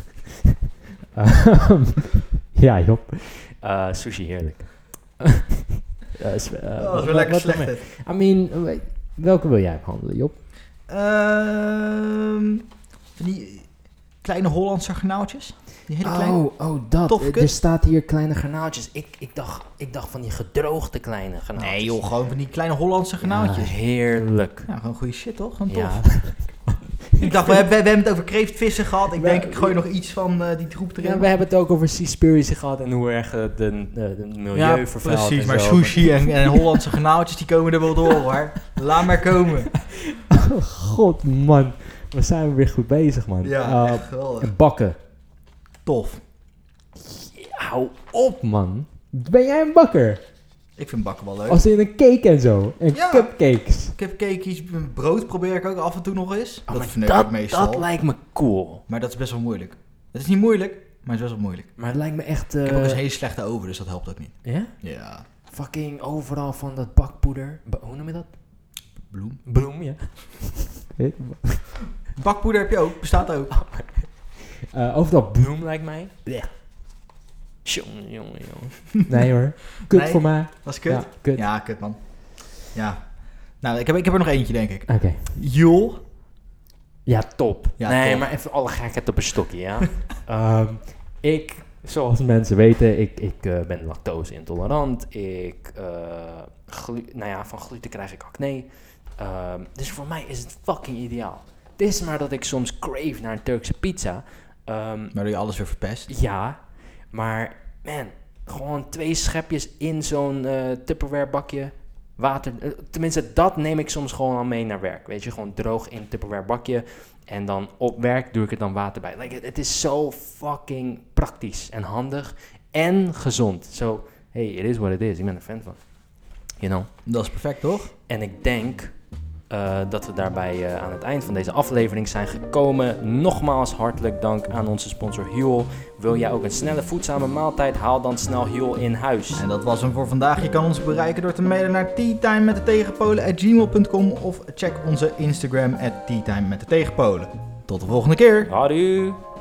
man. Ja, Job. Uh, sushi, heerlijk. uh, sp- uh, oh, dat is wel lekker slecht. I mean, welke wil jij behandelen, Job? Uh, die kleine Hollandse garnaaltjes. Die hele kleine. Oh, oh dat. Tof, er staat hier kleine garnaaltjes. Ik, ik, dacht, ik dacht van die gedroogde kleine garnaaltjes. Nee joh, gewoon van die kleine Hollandse garnaaltjes. Ja, heerlijk. Ja, gewoon goede shit toch? Gewoon tof. Ja. Ik dacht, we hebben, we hebben het over kreeftvissen gehad. Ik we, denk, ik gooi nog iets van uh, die groep erin. Ja, we hebben het ook over Seaspiracy gehad en hoe erg de, de, de milieu ja, vervuilt. Precies, maar zo. Sushi en, en Hollandse garnaaltjes, die komen er wel door hoor. Laat maar komen. Oh, God man, we zijn weer goed bezig man. Ja, uh, echt geweldig. Bakken. Tof. Ja, hou op man. Ben jij een bakker? Ik vind bakken wel leuk. Als in een cake en zo. En ja. Cupcakes. Cupcake's, brood probeer ik ook af en toe nog eens. Oh, dat vind dat, ik meestal. Dat lijkt me cool. Maar dat is best wel moeilijk. Het is niet moeilijk, maar het is best wel moeilijk. Maar het lijkt me echt... Uh... Ik heb ook eens een hele slechte oven, dus dat helpt ook niet. Ja? Ja. Fucking overal van dat bakpoeder. Ba- hoe noem je dat? Bloem. Bloem, ja. Bakpoeder heb je ook, bestaat ook. Uh, overal bloem lijkt mij. Ja. Jongen, jongen, jongen. Nee hoor. Kut nee, voor mij. Dat is kut? Ja, kut. Ja, kut man. Ja. Nou, ik heb, ik heb er nog eentje, denk ik. Oké. Okay. Jul. Ja, top. Ja, nee, top. maar even alle gekheid op een stokje, ja. um, ik, zoals mensen weten, ik, ik uh, ben lactose intolerant. Ik, uh, glu- nou ja, van gluten krijg ik acne. Um, dus voor mij is het fucking ideaal. Het is maar dat ik soms crave naar een Turkse pizza. Um, maar doe je alles weer verpest? Ja, maar man, gewoon twee schepjes in zo'n uh, Tupperware bakje water. Uh, tenminste, dat neem ik soms gewoon al mee naar werk. Weet je, gewoon droog in een Tupperware bakje. En dan op werk doe ik er dan water bij. Like, het is zo fucking praktisch en handig en gezond. Zo, so, hey, it is what it is. Ik ben er fan van. You know? Dat is perfect, toch? En ik denk uh, dat we daarbij uh, aan het eind van deze aflevering zijn gekomen. Nogmaals hartelijk dank aan onze sponsor Huel. Wil jij ook een snelle voedzame maaltijd? Haal dan snel Huel in huis. En dat was hem voor vandaag. Je kan ons bereiken door te mailen naar teatime met de tegenpolen at gmail dot com of check onze Instagram at teatime met de tegenpolen. Tot de volgende keer. Adieu.